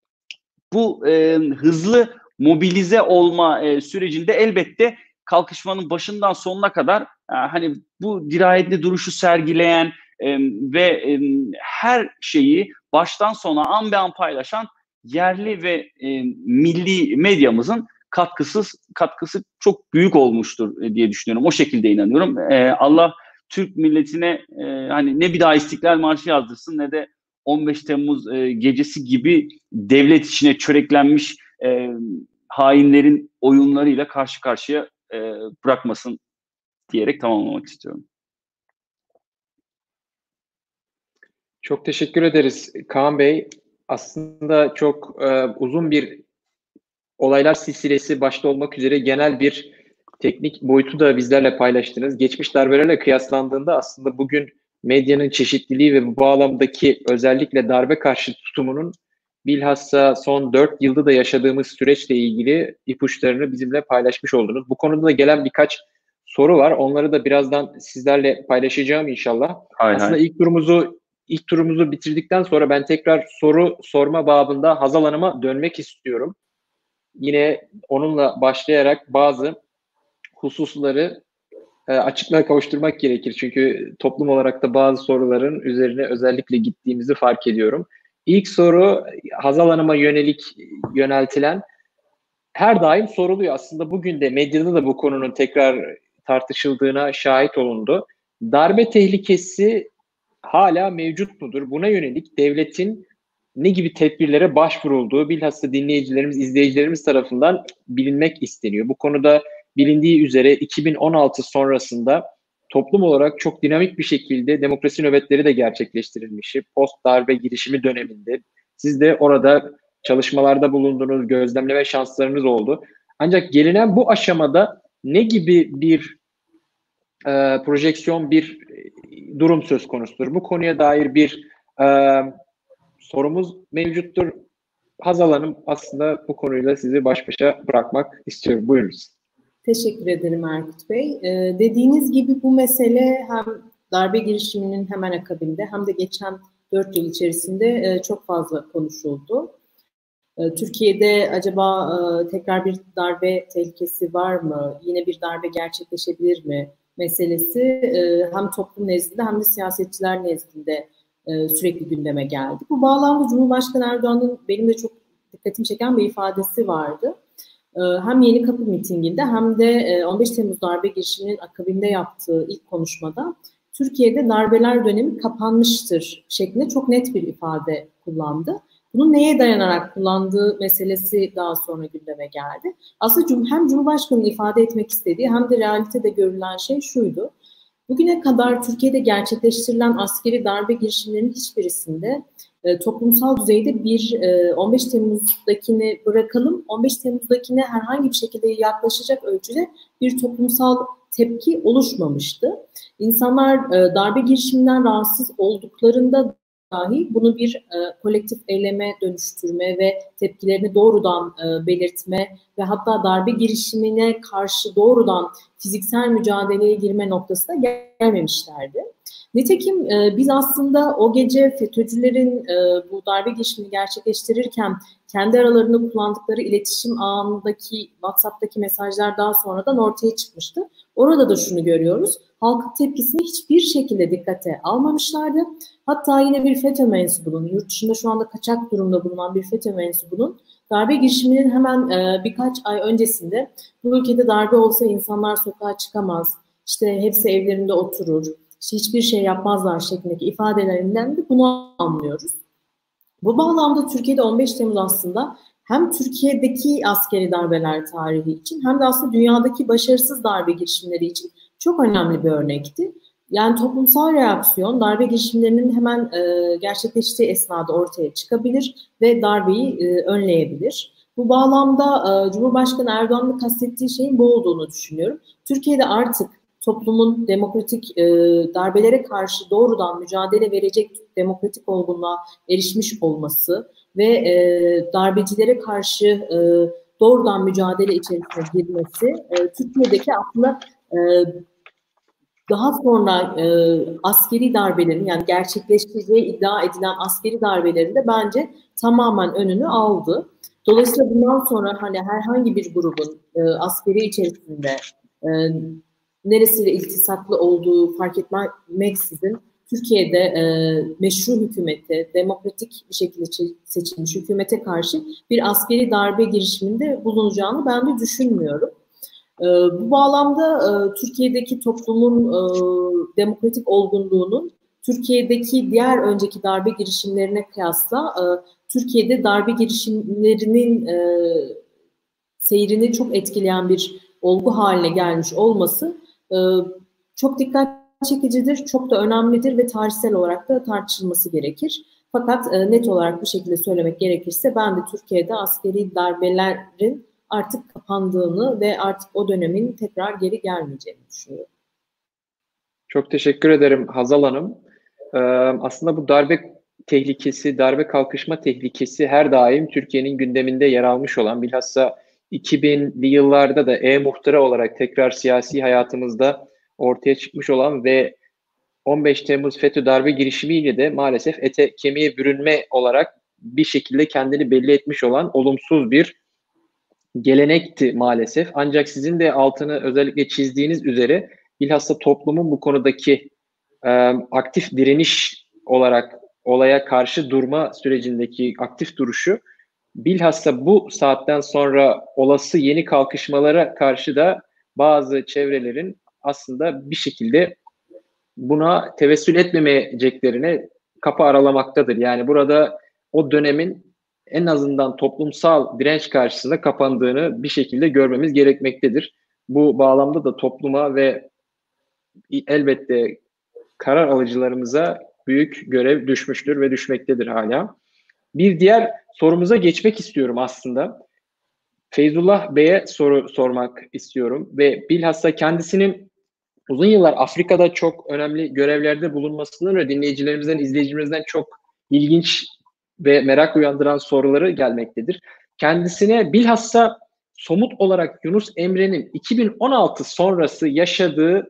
Bu e, hızlı mobilize olma e, sürecinde elbette kalkışmanın başından sonuna kadar e, hani bu dirayetli duruşu sergileyen e, ve e, her şeyi baştan sona an be an paylaşan yerli ve e, milli medyamızın katkısı katkısı çok büyük olmuştur e, diye düşünüyorum. O şekilde inanıyorum. E, Allah Türk milletine e, hani ne bir daha İstiklal Marşı yazdırsın ne de on beş Temmuz e, gecesi gibi devlet içine çöreklenmiş e, hainlerin oyunlarıyla karşı karşıya e, bırakmasın diyerek tamamlamak istiyorum. Çok teşekkür ederiz Kaan Bey. Aslında çok e, uzun bir olaylar silsilesi başta olmak üzere genel bir teknik boyutu da bizlerle paylaştınız. Geçmiş darbelerle kıyaslandığında aslında bugün medyanın çeşitliliği ve bu bağlamdaki özellikle darbe karşı tutumunun bilhassa son dört yılda da yaşadığımız süreçle ilgili ipuçlarını bizimle paylaşmış oldunuz. Bu konuda da gelen birkaç soru var. Onları da birazdan sizlerle paylaşacağım inşallah. Hay aslında hay. ilk turumuzu ilk turumuzu bitirdikten sonra ben tekrar soru sorma babında Hazal Hanım'a dönmek istiyorum. Yine onunla başlayarak bazı hususları e, açıklığa kavuşturmak gerekir. Çünkü toplum olarak da bazı soruların üzerine özellikle gittiğimizi fark ediyorum. İlk soru Hazal Hanım'a yönelik yöneltilen her daim soruluyor. Aslında bugün de medyada da bu konunun tekrar tartışıldığına şahit olundu. Darbe tehlikesi hala mevcut mudur? Buna yönelik devletin ne gibi tedbirlere başvurulduğu bilhassa dinleyicilerimiz, izleyicilerimiz tarafından bilinmek isteniyor. Bu konuda bilindiği üzere iki bin on altı sonrasında toplum olarak çok dinamik bir şekilde demokrasi nöbetleri de gerçekleştirilmiş. Post darbe girişimi döneminde siz de orada çalışmalarda bulundunuz, gözlemleme şanslarınız oldu. Ancak gelinen bu aşamada ne gibi bir e, projeksiyon, bir durum söz konusudur? Bu konuya dair bir e, sorumuz mevcuttur. Hazal Hanım, aslında bu konuyla sizi baş başa bırakmak istiyorum. Buyurunuz. Teşekkür ederim Erkut Bey. Ee, dediğiniz gibi bu mesele hem darbe girişiminin hemen akabinde hem de geçen dört yıl içerisinde e, çok fazla konuşuldu. E, Türkiye'de acaba e, tekrar bir darbe tehlikesi var mı? Yine bir darbe gerçekleşebilir mi? Meselesi e, hem toplum nezdinde hem de siyasetçiler nezdinde e, sürekli gündeme geldi. Bu bağlamda Cumhurbaşkanı Erdoğan'ın benim de çok dikkatimi çeken bir ifadesi vardı. Hem Yeni Kapı mitinginde hem de on beş Temmuz darbe girişiminin akabinde yaptığı ilk konuşmada Türkiye'de darbeler dönemi kapanmıştır şeklinde çok net bir ifade kullandı. Bunu neye dayanarak kullandığı meselesi daha sonra gündeme geldi. Aslında hem Cumhurbaşkanı'nın ifade etmek istediği hem de realitede görülen şey şuydu. Bugüne kadar Türkiye'de gerçekleştirilen askeri darbe girişimlerinin hiçbirisinde e, toplumsal düzeyde bir e, on beş Temmuz'dakini bırakalım, on beş Temmuz'dakine herhangi bir şekilde yaklaşacak ölçüde bir toplumsal tepki oluşmamıştı. İnsanlar e, darbe girişiminden rahatsız olduklarında dahi bunu bir e, kolektif eyleme dönüştürme ve tepkilerini doğrudan e, belirtme ve hatta darbe girişimine karşı doğrudan fiziksel mücadeleye girme noktasına gelmemişlerdi. Nitekim e, biz aslında o gece FETÖ'cülerin e, bu darbe girişimini gerçekleştirirken kendi aralarında kullandıkları iletişim ağındaki WhatsApp'taki mesajlar daha sonradan ortaya çıkmıştı. Orada da şunu görüyoruz. Halkın tepkisini hiçbir şekilde dikkate almamışlardı. Hatta yine bir FETÖ mensubunun, yurt dışında şu anda kaçak durumda bulunan bir FETÖ mensubunun darbe girişiminin hemen e, birkaç ay öncesinde bu ülkede darbe olsa insanlar sokağa çıkamaz, işte hepsi evlerinde oturur, işte hiçbir şey yapmazlar şeklindeki ifadelerinden de bunu anlıyoruz. Bu bağlamda Türkiye'de on beş Temmuz aslında hem Türkiye'deki askeri darbeler tarihi için hem de aslında dünyadaki başarısız darbe girişimleri için çok önemli bir örnekti. Yani toplumsal reaksiyon darbe girişimlerinin hemen e, gerçekleştiği esnada ortaya çıkabilir ve darbeyi e, önleyebilir. Bu bağlamda e, Cumhurbaşkanı Erdoğan'ın kastettiği şeyin bu olduğunu düşünüyorum. Türkiye'de artık toplumun demokratik e, darbelere karşı doğrudan mücadele verecek demokratik olgunluğa erişmiş olması ve e, darbecilere karşı e, doğrudan mücadele içerisine girmesi e, Türkiye'deki aslında e, daha sonra e, askeri darbelerin, yani gerçekleştireceği iddia edilen askeri darbelerin de bence tamamen önünü aldı. Dolayısıyla bundan sonra hani herhangi bir grubun e, askeri içerisinde e, neresiyle iltisaklı olduğu fark etmeksizin Türkiye'de e, meşru hükümete, demokratik bir şekilde seçilmiş hükümete karşı bir askeri darbe girişiminde bulunacağını ben de düşünmüyorum. E, bu bağlamda e, Türkiye'deki toplumun e, demokratik olgunluğunun Türkiye'deki diğer önceki darbe girişimlerine kıyasla e, Türkiye'de darbe girişimlerinin e, seyrini çok etkileyen bir olgu haline gelmiş olması e, çok dikkat çekicidir, çok da önemlidir ve tarihsel olarak da tartışılması gerekir. Fakat e, net olarak bir şekilde söylemek gerekirse ben de Türkiye'de askeri darbelerin artık kapandığını ve artık o dönemin tekrar geri gelmeyeceğini düşünüyorum. Çok teşekkür ederim Hazal Hanım. Ee, aslında bu darbe tehlikesi, darbe kalkışma tehlikesi her daim Türkiye'nin gündeminde yer almış olan, bilhassa iki binli yıllarda da e-muhtıra olarak tekrar siyasi hayatımızda ortaya çıkmış olan ve on beş Temmuz FETÖ darbe girişimiyle de maalesef ete kemiğe bürünme olarak bir şekilde kendini belli etmiş olan olumsuz bir gelenekti maalesef. Ancak sizin de altını özellikle çizdiğiniz üzere bilhassa toplumun bu konudaki e, aktif direniş olarak olaya karşı durma sürecindeki aktif duruşu bilhassa bu saatten sonra olası yeni kalkışmalara karşı da bazı çevrelerin aslında bir şekilde buna tevessül etmemeyeceklerine kapı aralamaktadır. Yani burada o dönemin en azından toplumsal direnç karşısında kapandığını bir şekilde görmemiz gerekmektedir. Bu bağlamda da topluma ve elbette karar alıcılarımıza büyük görev düşmüştür ve düşmektedir hala. Bir diğer sorumuza geçmek istiyorum aslında. Feyzullah Bey'e soru sormak istiyorum ve bilhassa kendisinin uzun yıllar Afrika'da çok önemli görevlerde bulunmasının ve dinleyicilerimizden, izleyicilerimizden çok ilginç ve merak uyandıran soruları gelmektedir. Kendisine bilhassa somut olarak Yunus Emre'nin iki bin on altı sonrası yaşadığı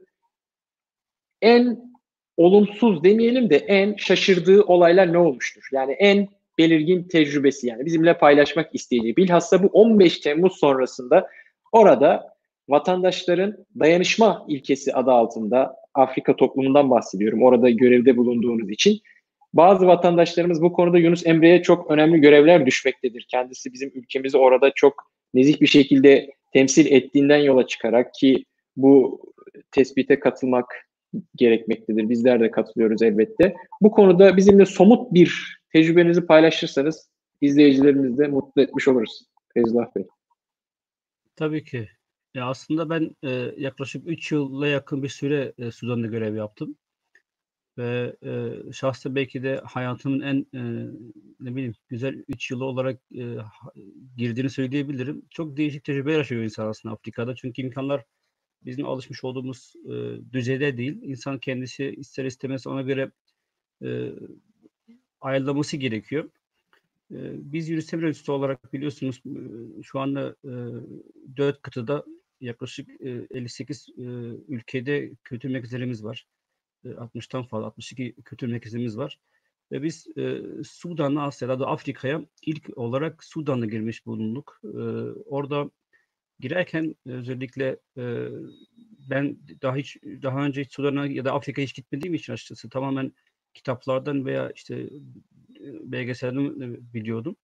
en olumsuz demeyelim de en şaşırdığı olaylar ne olmuştur? Yani en belirgin tecrübesi, yani bizimle paylaşmak isteyeceği. Bilhassa bu on beş Temmuz sonrasında orada vatandaşların dayanışma ilkesi adı altında, Afrika toplumundan bahsediyorum, orada görevde bulunduğunuz için. Bazı vatandaşlarımız bu konuda Yunus Emre'ye çok önemli görevler düşmektedir. Kendisi bizim ülkemizi orada çok nezih bir şekilde temsil ettiğinden yola çıkarak, ki bu tespite katılmak gerekmektedir. Bizler de katılıyoruz elbette. Bu konuda bizimle somut bir tecrübenizi paylaşırsanız izleyicilerimizi de mutlu etmiş oluruz. Feyzullah Bey. Tabii ki. Ya aslında ben e, yaklaşık üç yıla yakın bir süre e, Sudan'da görev yaptım. Ve e, şahsen belki de hayatımın en e, ne bileyim güzel üç yılı olarak e, girdiğini söyleyebilirim. Çok değişik tecrübeler yaşıyor insan aslında Afrika'da. Çünkü imkanlar bizim alışmış olduğumuz e, düzeyde değil. İnsan kendisi ister istemez ona göre e, ayarlaması gerekiyor. E, biz Yunus Emre Enstitüsü olarak biliyorsunuz e, şu anda e, dört kıtada yaklaşık e, elli sekiz e, ülkede kültür merkezlerimiz var. altmıştan fazla, altmış iki kültür merkezimiz var. Ve biz e, Sudan'a, Asya'da da Afrika'ya ilk olarak Sudan'la girmiş bulunduk. E, orada girerken özellikle e, ben daha hiç daha önce hiç Sudan'a ya da Afrika'ya hiç gitmediğim için açıkçası tamamen kitaplardan veya işte belgesellerden biliyordum.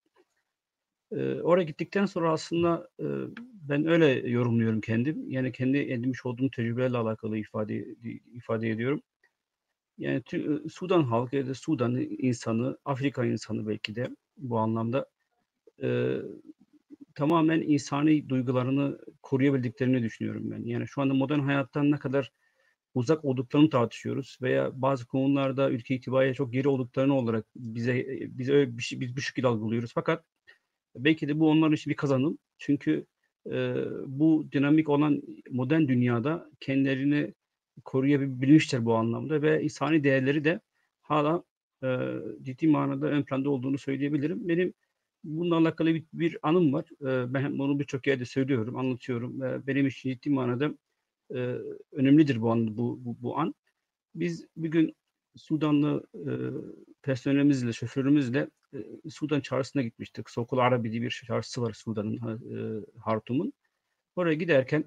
E, oraya gittikten sonra aslında e, ben öyle yorumluyorum kendim. Yani kendi edinmiş olduğum tecrübelerle alakalı ifade ifade ediyorum. Yani Sudan halkı ya da Sudan insanı, Afrika insanı belki de bu anlamda e, tamamen insani duygularını koruyabildiklerini düşünüyorum ben. Yani şu anda modern hayattan ne kadar uzak olduklarını tartışıyoruz veya bazı konularda ülke itibariyle çok geri olduklarını olarak bize bize öyle bir şey, biz bu şekilde algılıyoruz. Fakat belki de bu onlar için bir kazanım. Çünkü e, bu dinamik olan modern dünyada kendilerini koruyabilmişler bu anlamda ve insani değerleri de hala e, ciddi manada ön planda olduğunu söyleyebilirim. Benim bununla alakalı bir, bir anım var. E, ben bunu birçok yerde söylüyorum, anlatıyorum. E, benim için ciddi manada e, önemlidir bu an. Bu, bu, bu an. Biz bir gün Sudanlı e, personelimizle, şoförümüzle e, Sudan çarşısına gitmiştik. Sokul Arabi diye bir çarşısı var Sudan'ın, e, Hartum'un. Oraya giderken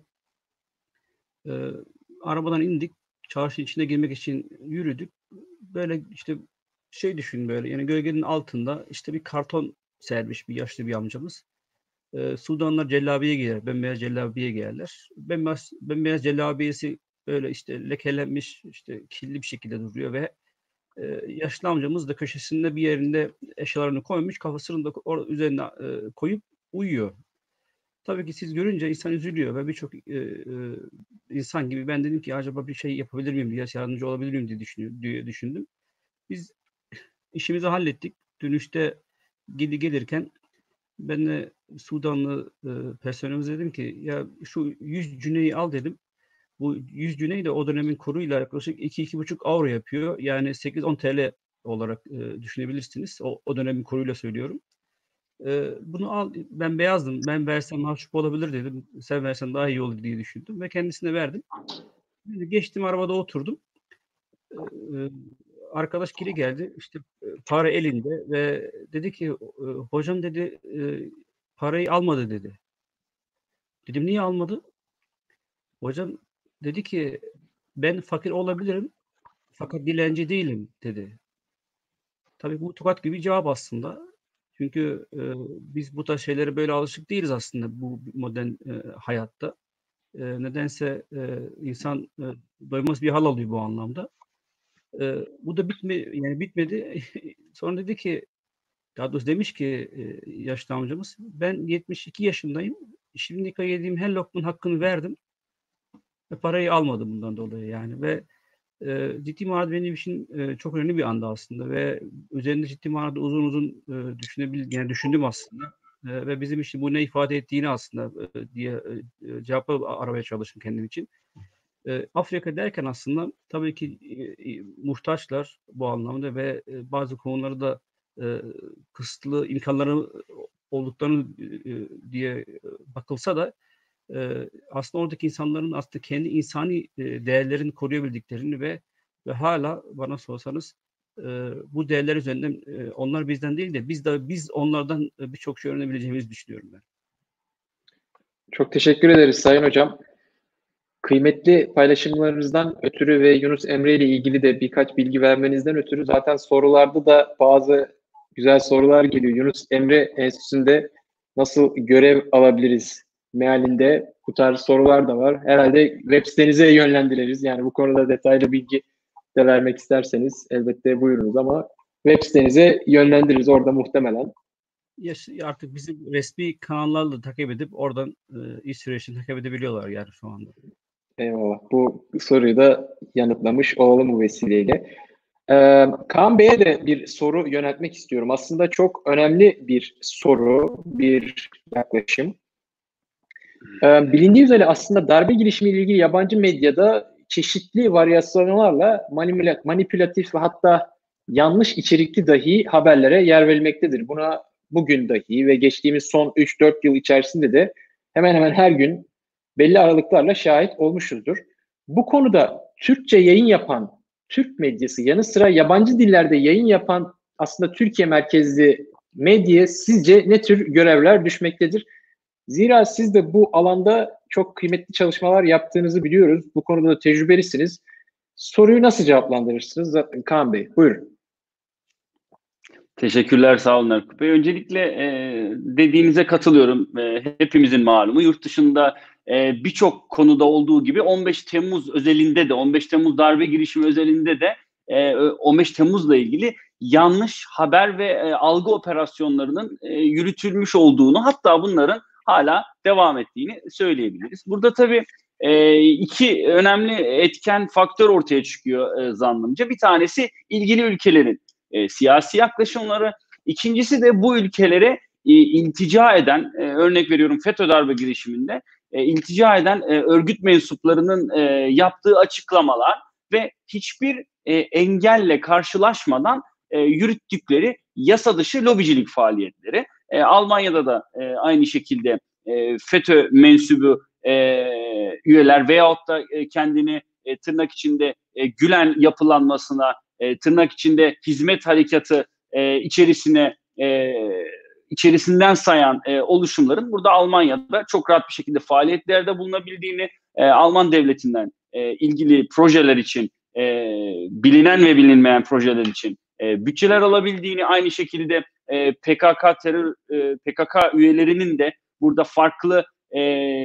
e, arabadan indik. Çarşı içine girmek için yürüdük. Böyle işte şey düşün böyle. Yani gölgenin altında işte bir karton sermiş bir yaşlı bir amcamız. E, Sudanlılar cellabiye giyer. Bembeyaz cellabiye giyerler. Bembeyaz, bembeyaz cellabiyesi böyle işte lekelenmiş, işte kirli bir şekilde duruyor ve e, yaşlı amcamız da köşesinde bir yerinde eşyalarını koymuş, kafasını da or- üzerine e, koyup uyuyor. Tabii ki siz görünce insan üzülüyor ve birçok e, e, insan gibi ben dedim ki acaba bir şey yapabilir miyim, biraz yardımcı olabilir miyim diye, düşünüyor, diye düşündüm. Biz işimizi hallettik. Dönüşte gidi gelirken ben de Sudanlı e, personelimize dedim ki ya şu yüz cüneyi al dedim. Bu yüz cüney de o dönemin kuruyla yaklaşık iki iki buçuk avro yapıyor. Yani sekiz on T L olarak e, düşünebilirsiniz. O, o dönemin kuruyla söylüyorum. E, bunu al, ben beyazdım. Ben versem mahcup olabilir dedim. Sen versen daha iyi olur diye düşündüm ve kendisine verdim. Şimdi geçtim, arabada oturdum. E, e, arkadaş geri geldi. İşte e, para elinde ve dedi ki e, hocam dedi e, parayı almadı dedi. Dedim niye almadı? Hocam dedi ki ben fakir olabilirim fakat dilenci değilim dedi. Tabii bu tokat gibi bir cevap aslında. Çünkü e, biz bu tarz şeylere böyle alışık değiliz aslında bu modern e, hayatta. E, nedense e, insan e, doymaz bir hal alıyor bu anlamda. E, bu da bitme yani bitmedi. Sonra dedi ki, daha doğrusu demiş ki e, yaşlı amcamız, ben yetmiş iki yaşındayım. Şimdiye yediğim her lokmanın hakkını verdim ve parayı almadım bundan dolayı yani ve e, ciddi manada benim için e, çok önemli bir anda aslında ve üzerinde ciddi manada uzun uzun e, düşünebil yani düşündüm aslında e, ve bizim için bu ne ifade ettiğini aslında e, diye e, cevaplar aramaya çalıştım kendim için. E, Afrika derken aslında tabii ki e, e, muhtaçlar bu anlamda ve e, bazı konuları da e, kısıtlı imkanları olduklarını e, diye bakılsa da e, aslında oradaki insanların aslında kendi insani e, değerlerini koruyabildiklerini ve ve hala bana sorsanız e, bu değerler üzerinden e, onlar bizden değil de biz de biz onlardan e, birçok şey öğrenebileceğimizi düşünüyorum ben. Çok teşekkür ederiz Sayın Hocam. Kıymetli paylaşımlarınızdan ötürü ve Yunus Emre ile ilgili de birkaç bilgi vermenizden ötürü zaten sorularda da bazı güzel sorular geliyor. Yunus Emre Enstitüsü'nde nasıl görev alabiliriz mealinde bu tarz sorular da var. Herhalde web sitenize yönlendiririz. Yani bu konuda detaylı bilgi de vermek isterseniz elbette buyurunuz ama web sitenize yönlendiririz orada muhtemelen. Ya artık bizim resmi kanallarla takip edip oradan e, iş süreçini takip edebiliyorlar yani şu anda. Eyvallah. Bu soruyu da yanıtlamış olalım bu vesileyle. Ee, Kaan Bey'e de bir soru yöneltmek istiyorum. Aslında çok önemli bir soru, bir yaklaşım. Ee, bilindiği üzere aslında darbe girişimiyle ilgili yabancı medyada çeşitli varyasyonlarla manipülatif, manipülatif ve hatta yanlış içerikli dahi haberlere yer verilmektedir. Buna bugün dahi ve geçtiğimiz son üç dört yıl içerisinde de hemen hemen her gün belli aralıklarla şahit olmuşuzdur. Bu konuda Türkçe yayın yapan Türk medyası yanı sıra yabancı dillerde yayın yapan aslında Türkiye merkezli medyaya sizce ne tür görevler düşmektedir? Zira siz de bu alanda çok kıymetli çalışmalar yaptığınızı biliyoruz. Bu konuda da tecrübelisiniz. Soruyu nasıl cevaplandırırsınız Kaan Bey? Buyurun. Teşekkürler, sağ olun Erkut Bey. Öncelikle e, dediğinize katılıyorum. E, hepimizin malumu yurt dışında e, birçok konuda olduğu gibi on beş Temmuz özelinde de on beş Temmuz darbe girişimi özelinde de e, on beş Temmuz'la ilgili yanlış haber ve e, algı operasyonlarının e, yürütülmüş olduğunu, hatta bunların hala devam ettiğini söyleyebiliriz. Burada tabii e, iki önemli etken faktör ortaya çıkıyor e, zannımca. Bir tanesi ilgili ülkelerin E, siyasi yaklaşımları. İkincisi de bu ülkelere e, iltica eden, e, örnek veriyorum FETÖ darbe girişiminde e, iltica eden e, örgüt mensuplarının e, yaptığı açıklamalar ve hiçbir e, engelle karşılaşmadan e, yürüttükleri yasa dışı lobicilik faaliyetleri. E, Almanya'da da e, aynı şekilde e, FETÖ mensubu e, üyeler veyahut da e, kendini e, tırnak içinde e, Gülen yapılanmasına, E, tırnak içinde hizmet harekatı e, içerisine e, içerisinden sayan e, oluşumların burada Almanya'da çok rahat bir şekilde faaliyetlerde bulunabildiğini, e, Alman devletinden e, ilgili projeler için, e, bilinen ve bilinmeyen projeler için e, bütçeler alabildiğini, aynı şekilde e, P K K terör e, P K K üyelerinin de burada farklı e,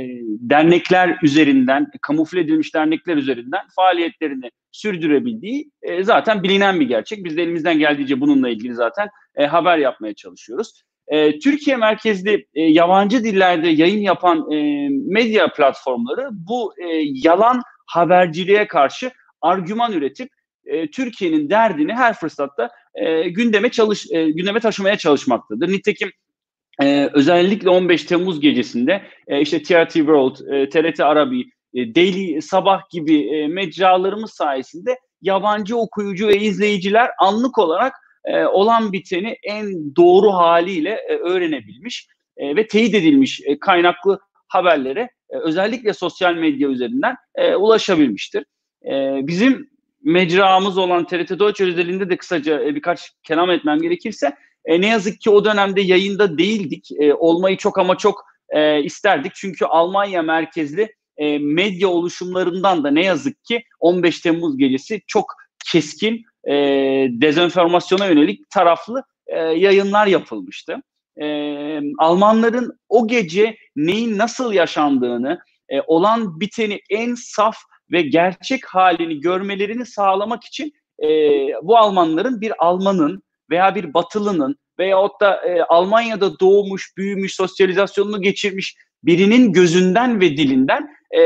dernekler üzerinden, kamufle edilmiş dernekler üzerinden faaliyetlerini sürdürebildiği e, zaten bilinen bir gerçek. Biz de elimizden geldiğince bununla ilgili zaten e, haber yapmaya çalışıyoruz. E, Türkiye merkezli e, yabancı dillerde yayın yapan e, medya platformları bu e, yalan haberciliğe karşı argüman üretip e, Türkiye'nin derdini her fırsatta e, gündeme çalış e, gündeme taşımaya çalışmaktadır. Nitekim Ee, özellikle on beş Temmuz gecesinde e, işte T R T World, e, T R T Arabi, e, Daily Sabah gibi e, mecralarımız sayesinde yabancı okuyucu ve izleyiciler anlık olarak e, olan biteni en doğru haliyle e, öğrenebilmiş e, ve teyit edilmiş e, kaynaklı haberlere e, özellikle sosyal medya üzerinden e, ulaşabilmiştir. E, bizim mecramız olan T R T Deutsche özelinde de kısaca e, birkaç kelam etmem gerekirse, E, ne yazık ki o dönemde yayında değildik. E, olmayı çok ama çok e, isterdik. Çünkü Almanya merkezli e, medya oluşumlarından da ne yazık ki on beş Temmuz gecesi çok keskin e, dezenformasyona yönelik taraflı e, yayınlar yapılmıştı. E, Almanların o gece neyin nasıl yaşandığını, e, olan biteni en saf ve gerçek halini görmelerini sağlamak için e, bu Almanların bir Almanın veya bir Batılının veyahut da e, Almanya'da doğmuş, büyümüş, sosyalizasyonunu geçirmiş birinin gözünden ve dilinden e,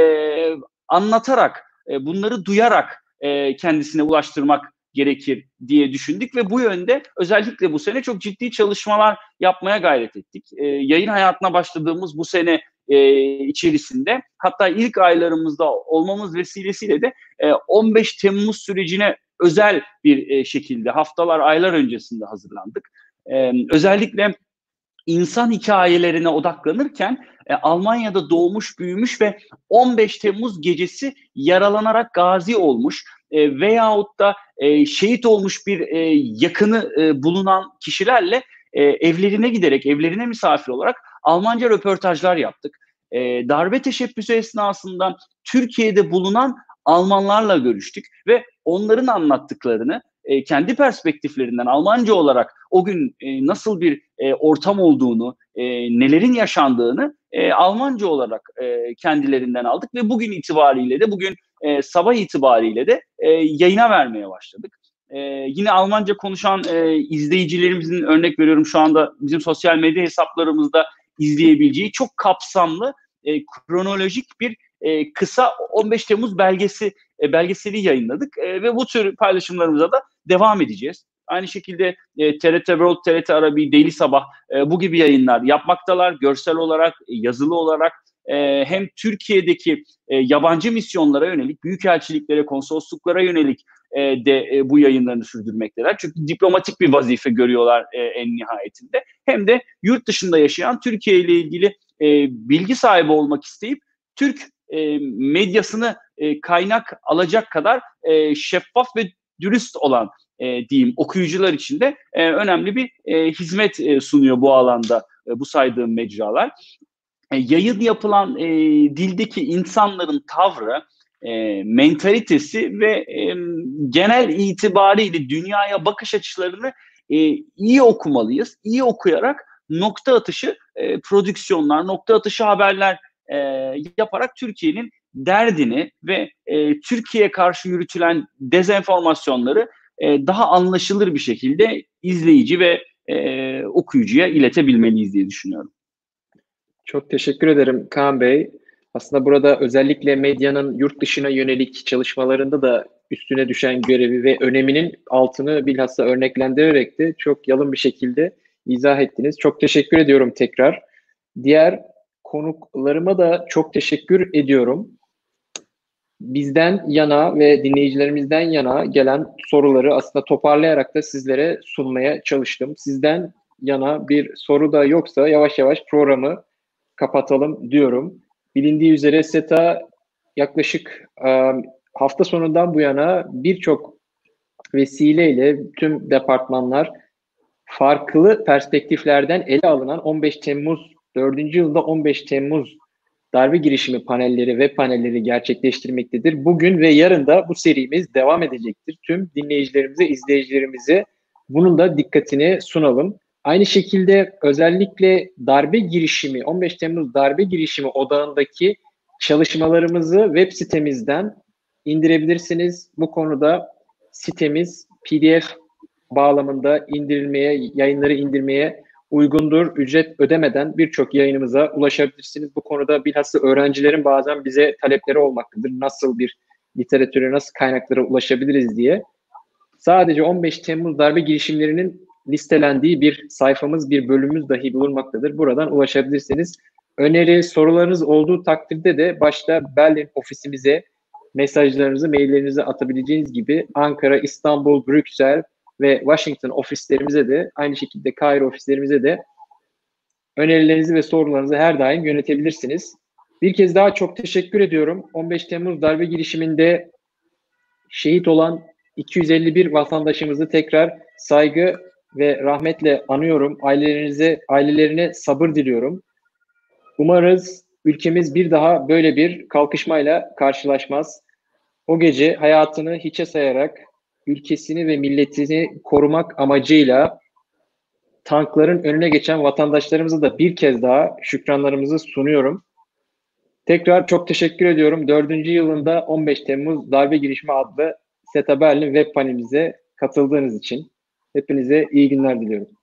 anlatarak, e, bunları duyarak e, kendisine ulaştırmak gerekir diye düşündük ve bu yönde özellikle bu sene çok ciddi çalışmalar yapmaya gayret ettik. E, yayın hayatına başladığımız bu sene e, içerisinde, hatta ilk aylarımızda olmamız vesilesiyle de e, on beş Temmuz sürecine özel bir e, şekilde haftalar, aylar öncesinde hazırlandık. e, özellikle insan hikayelerine odaklanırken e, Almanya'da doğmuş, büyümüş ve on beş Temmuz gecesi yaralanarak gazi olmuş e, veyahut da e, şehit olmuş bir e, yakını e, bulunan kişilerle e, evlerine giderek, evlerine misafir olarak Almanca röportajlar yaptık. E, darbe teşebbüsü esnasında Türkiye'de bulunan Almanlarla görüştük ve onların anlattıklarını e, kendi perspektiflerinden Almanca olarak o gün e, nasıl bir e, ortam olduğunu, e, nelerin yaşandığını e, Almanca olarak e, kendilerinden aldık ve bugün itibariyle de bugün e, sabah itibariyle de e, yayına vermeye başladık. E, yine Almanca konuşan e, izleyicilerimizin, örnek veriyorum, şu anda bizim sosyal medya hesaplarımızda izleyebileceği çok kapsamlı, e, kronolojik bir e, kısa on beş Temmuz belgesi e, belgeseli yayınladık e, ve bu tür paylaşımlarımıza da devam edeceğiz. Aynı şekilde e, T R T World, T R T Arabi, Daily Sabah e, bu gibi yayınlar yapmaktalar. Görsel olarak, yazılı olarak e, hem Türkiye'deki e, yabancı misyonlara yönelik, büyükelçiliklere, konsolosluklara yönelik e, de e, bu yayınlarını sürdürmekteler. Çünkü diplomatik bir vazife görüyorlar e, en nihayetinde. Hem de yurt dışında yaşayan Türkiye ile ilgili e, bilgi sahibi olmak isteyip Türk e, medyasını e, kaynak alacak kadar e, şeffaf ve dürüst olan e, diyeyim okuyucular için de e, önemli bir e, hizmet e, sunuyor bu alanda e, bu saydığım mecralar. E, yayın yapılan e, dildeki insanların tavrı, e, mentalitesi ve e, genel itibariyle dünyaya bakış açılarını e, iyi okumalıyız. İyi okuyarak nokta atışı e, prodüksiyonlar, nokta atışı haberler e, yaparak Türkiye'nin derdini ve e, Türkiye'ye karşı yürütülen dezenformasyonları e, daha anlaşılır bir şekilde izleyici ve e, okuyucuya iletebilmeliyiz diye düşünüyorum. Çok teşekkür ederim Kaan Bey. Aslında burada özellikle medyanın yurt dışına yönelik çalışmalarında da üstüne düşen görevi ve öneminin altını bilhassa örneklendirerek de çok yalın bir şekilde izah ettiniz. Çok teşekkür ediyorum tekrar. Diğer konuklarıma da çok teşekkür ediyorum. Bizden yana ve dinleyicilerimizden yana gelen soruları aslında toparlayarak da sizlere sunmaya çalıştım. Sizden yana bir soru da yoksa yavaş yavaş programı kapatalım diyorum. Bilindiği üzere SETA yaklaşık e, hafta sonundan bu yana birçok vesileyle tüm departmanlar farklı perspektiflerden ele alınan on beş Temmuz, dördüncü yılda on beş Temmuz darbe girişimi panelleri ve panelleri gerçekleştirmektedir. Bugün ve yarın da bu serimiz devam edecektir. Tüm dinleyicilerimize, izleyicilerimize bunun da dikkatini sunalım. Aynı şekilde özellikle darbe girişimi, on beş Temmuz darbe girişimi odağındaki çalışmalarımızı web sitemizden indirebilirsiniz. Bu konuda sitemiz P D F bağlamında indirilmeye, yayınları indirmeye uygundur. Ücret ödemeden birçok yayınımıza ulaşabilirsiniz. Bu konuda bilhassa öğrencilerin bazen bize talepleri olmaktadır. Nasıl bir literatüre, nasıl kaynaklara ulaşabiliriz diye. Sadece on beş Temmuz darbe girişimlerinin listelendiği bir sayfamız, bir bölümümüz dahi bulunmaktadır. Buradan ulaşabilirsiniz. Öneri, sorularınız olduğu takdirde de başta Berlin ofisimize mesajlarınızı, maillerinizi atabileceğiniz gibi Ankara, İstanbul, Brüksel ve Washington ofislerimize de, aynı şekilde Kahire ofislerimize de önerilerinizi ve sorularınızı her daim yönetebilirsiniz. Bir kez daha çok teşekkür ediyorum. on beş Temmuz darbe girişiminde şehit olan iki yüz elli bir vatandaşımızı tekrar saygı ve rahmetle anıyorum. Ailelerinize, ailelerine sabır diliyorum. Umarız ülkemiz bir daha böyle bir kalkışmayla karşılaşmaz. O gece hayatını hiçe sayarak ülkesini ve milletini korumak amacıyla tankların önüne geçen vatandaşlarımıza da bir kez daha şükranlarımızı sunuyorum. Tekrar çok teşekkür ediyorum. Dördüncü yılında on beş Temmuz Darbe Girişimi adlı SETA Berlin web panelimize katıldığınız için. Hepinize iyi günler diliyorum.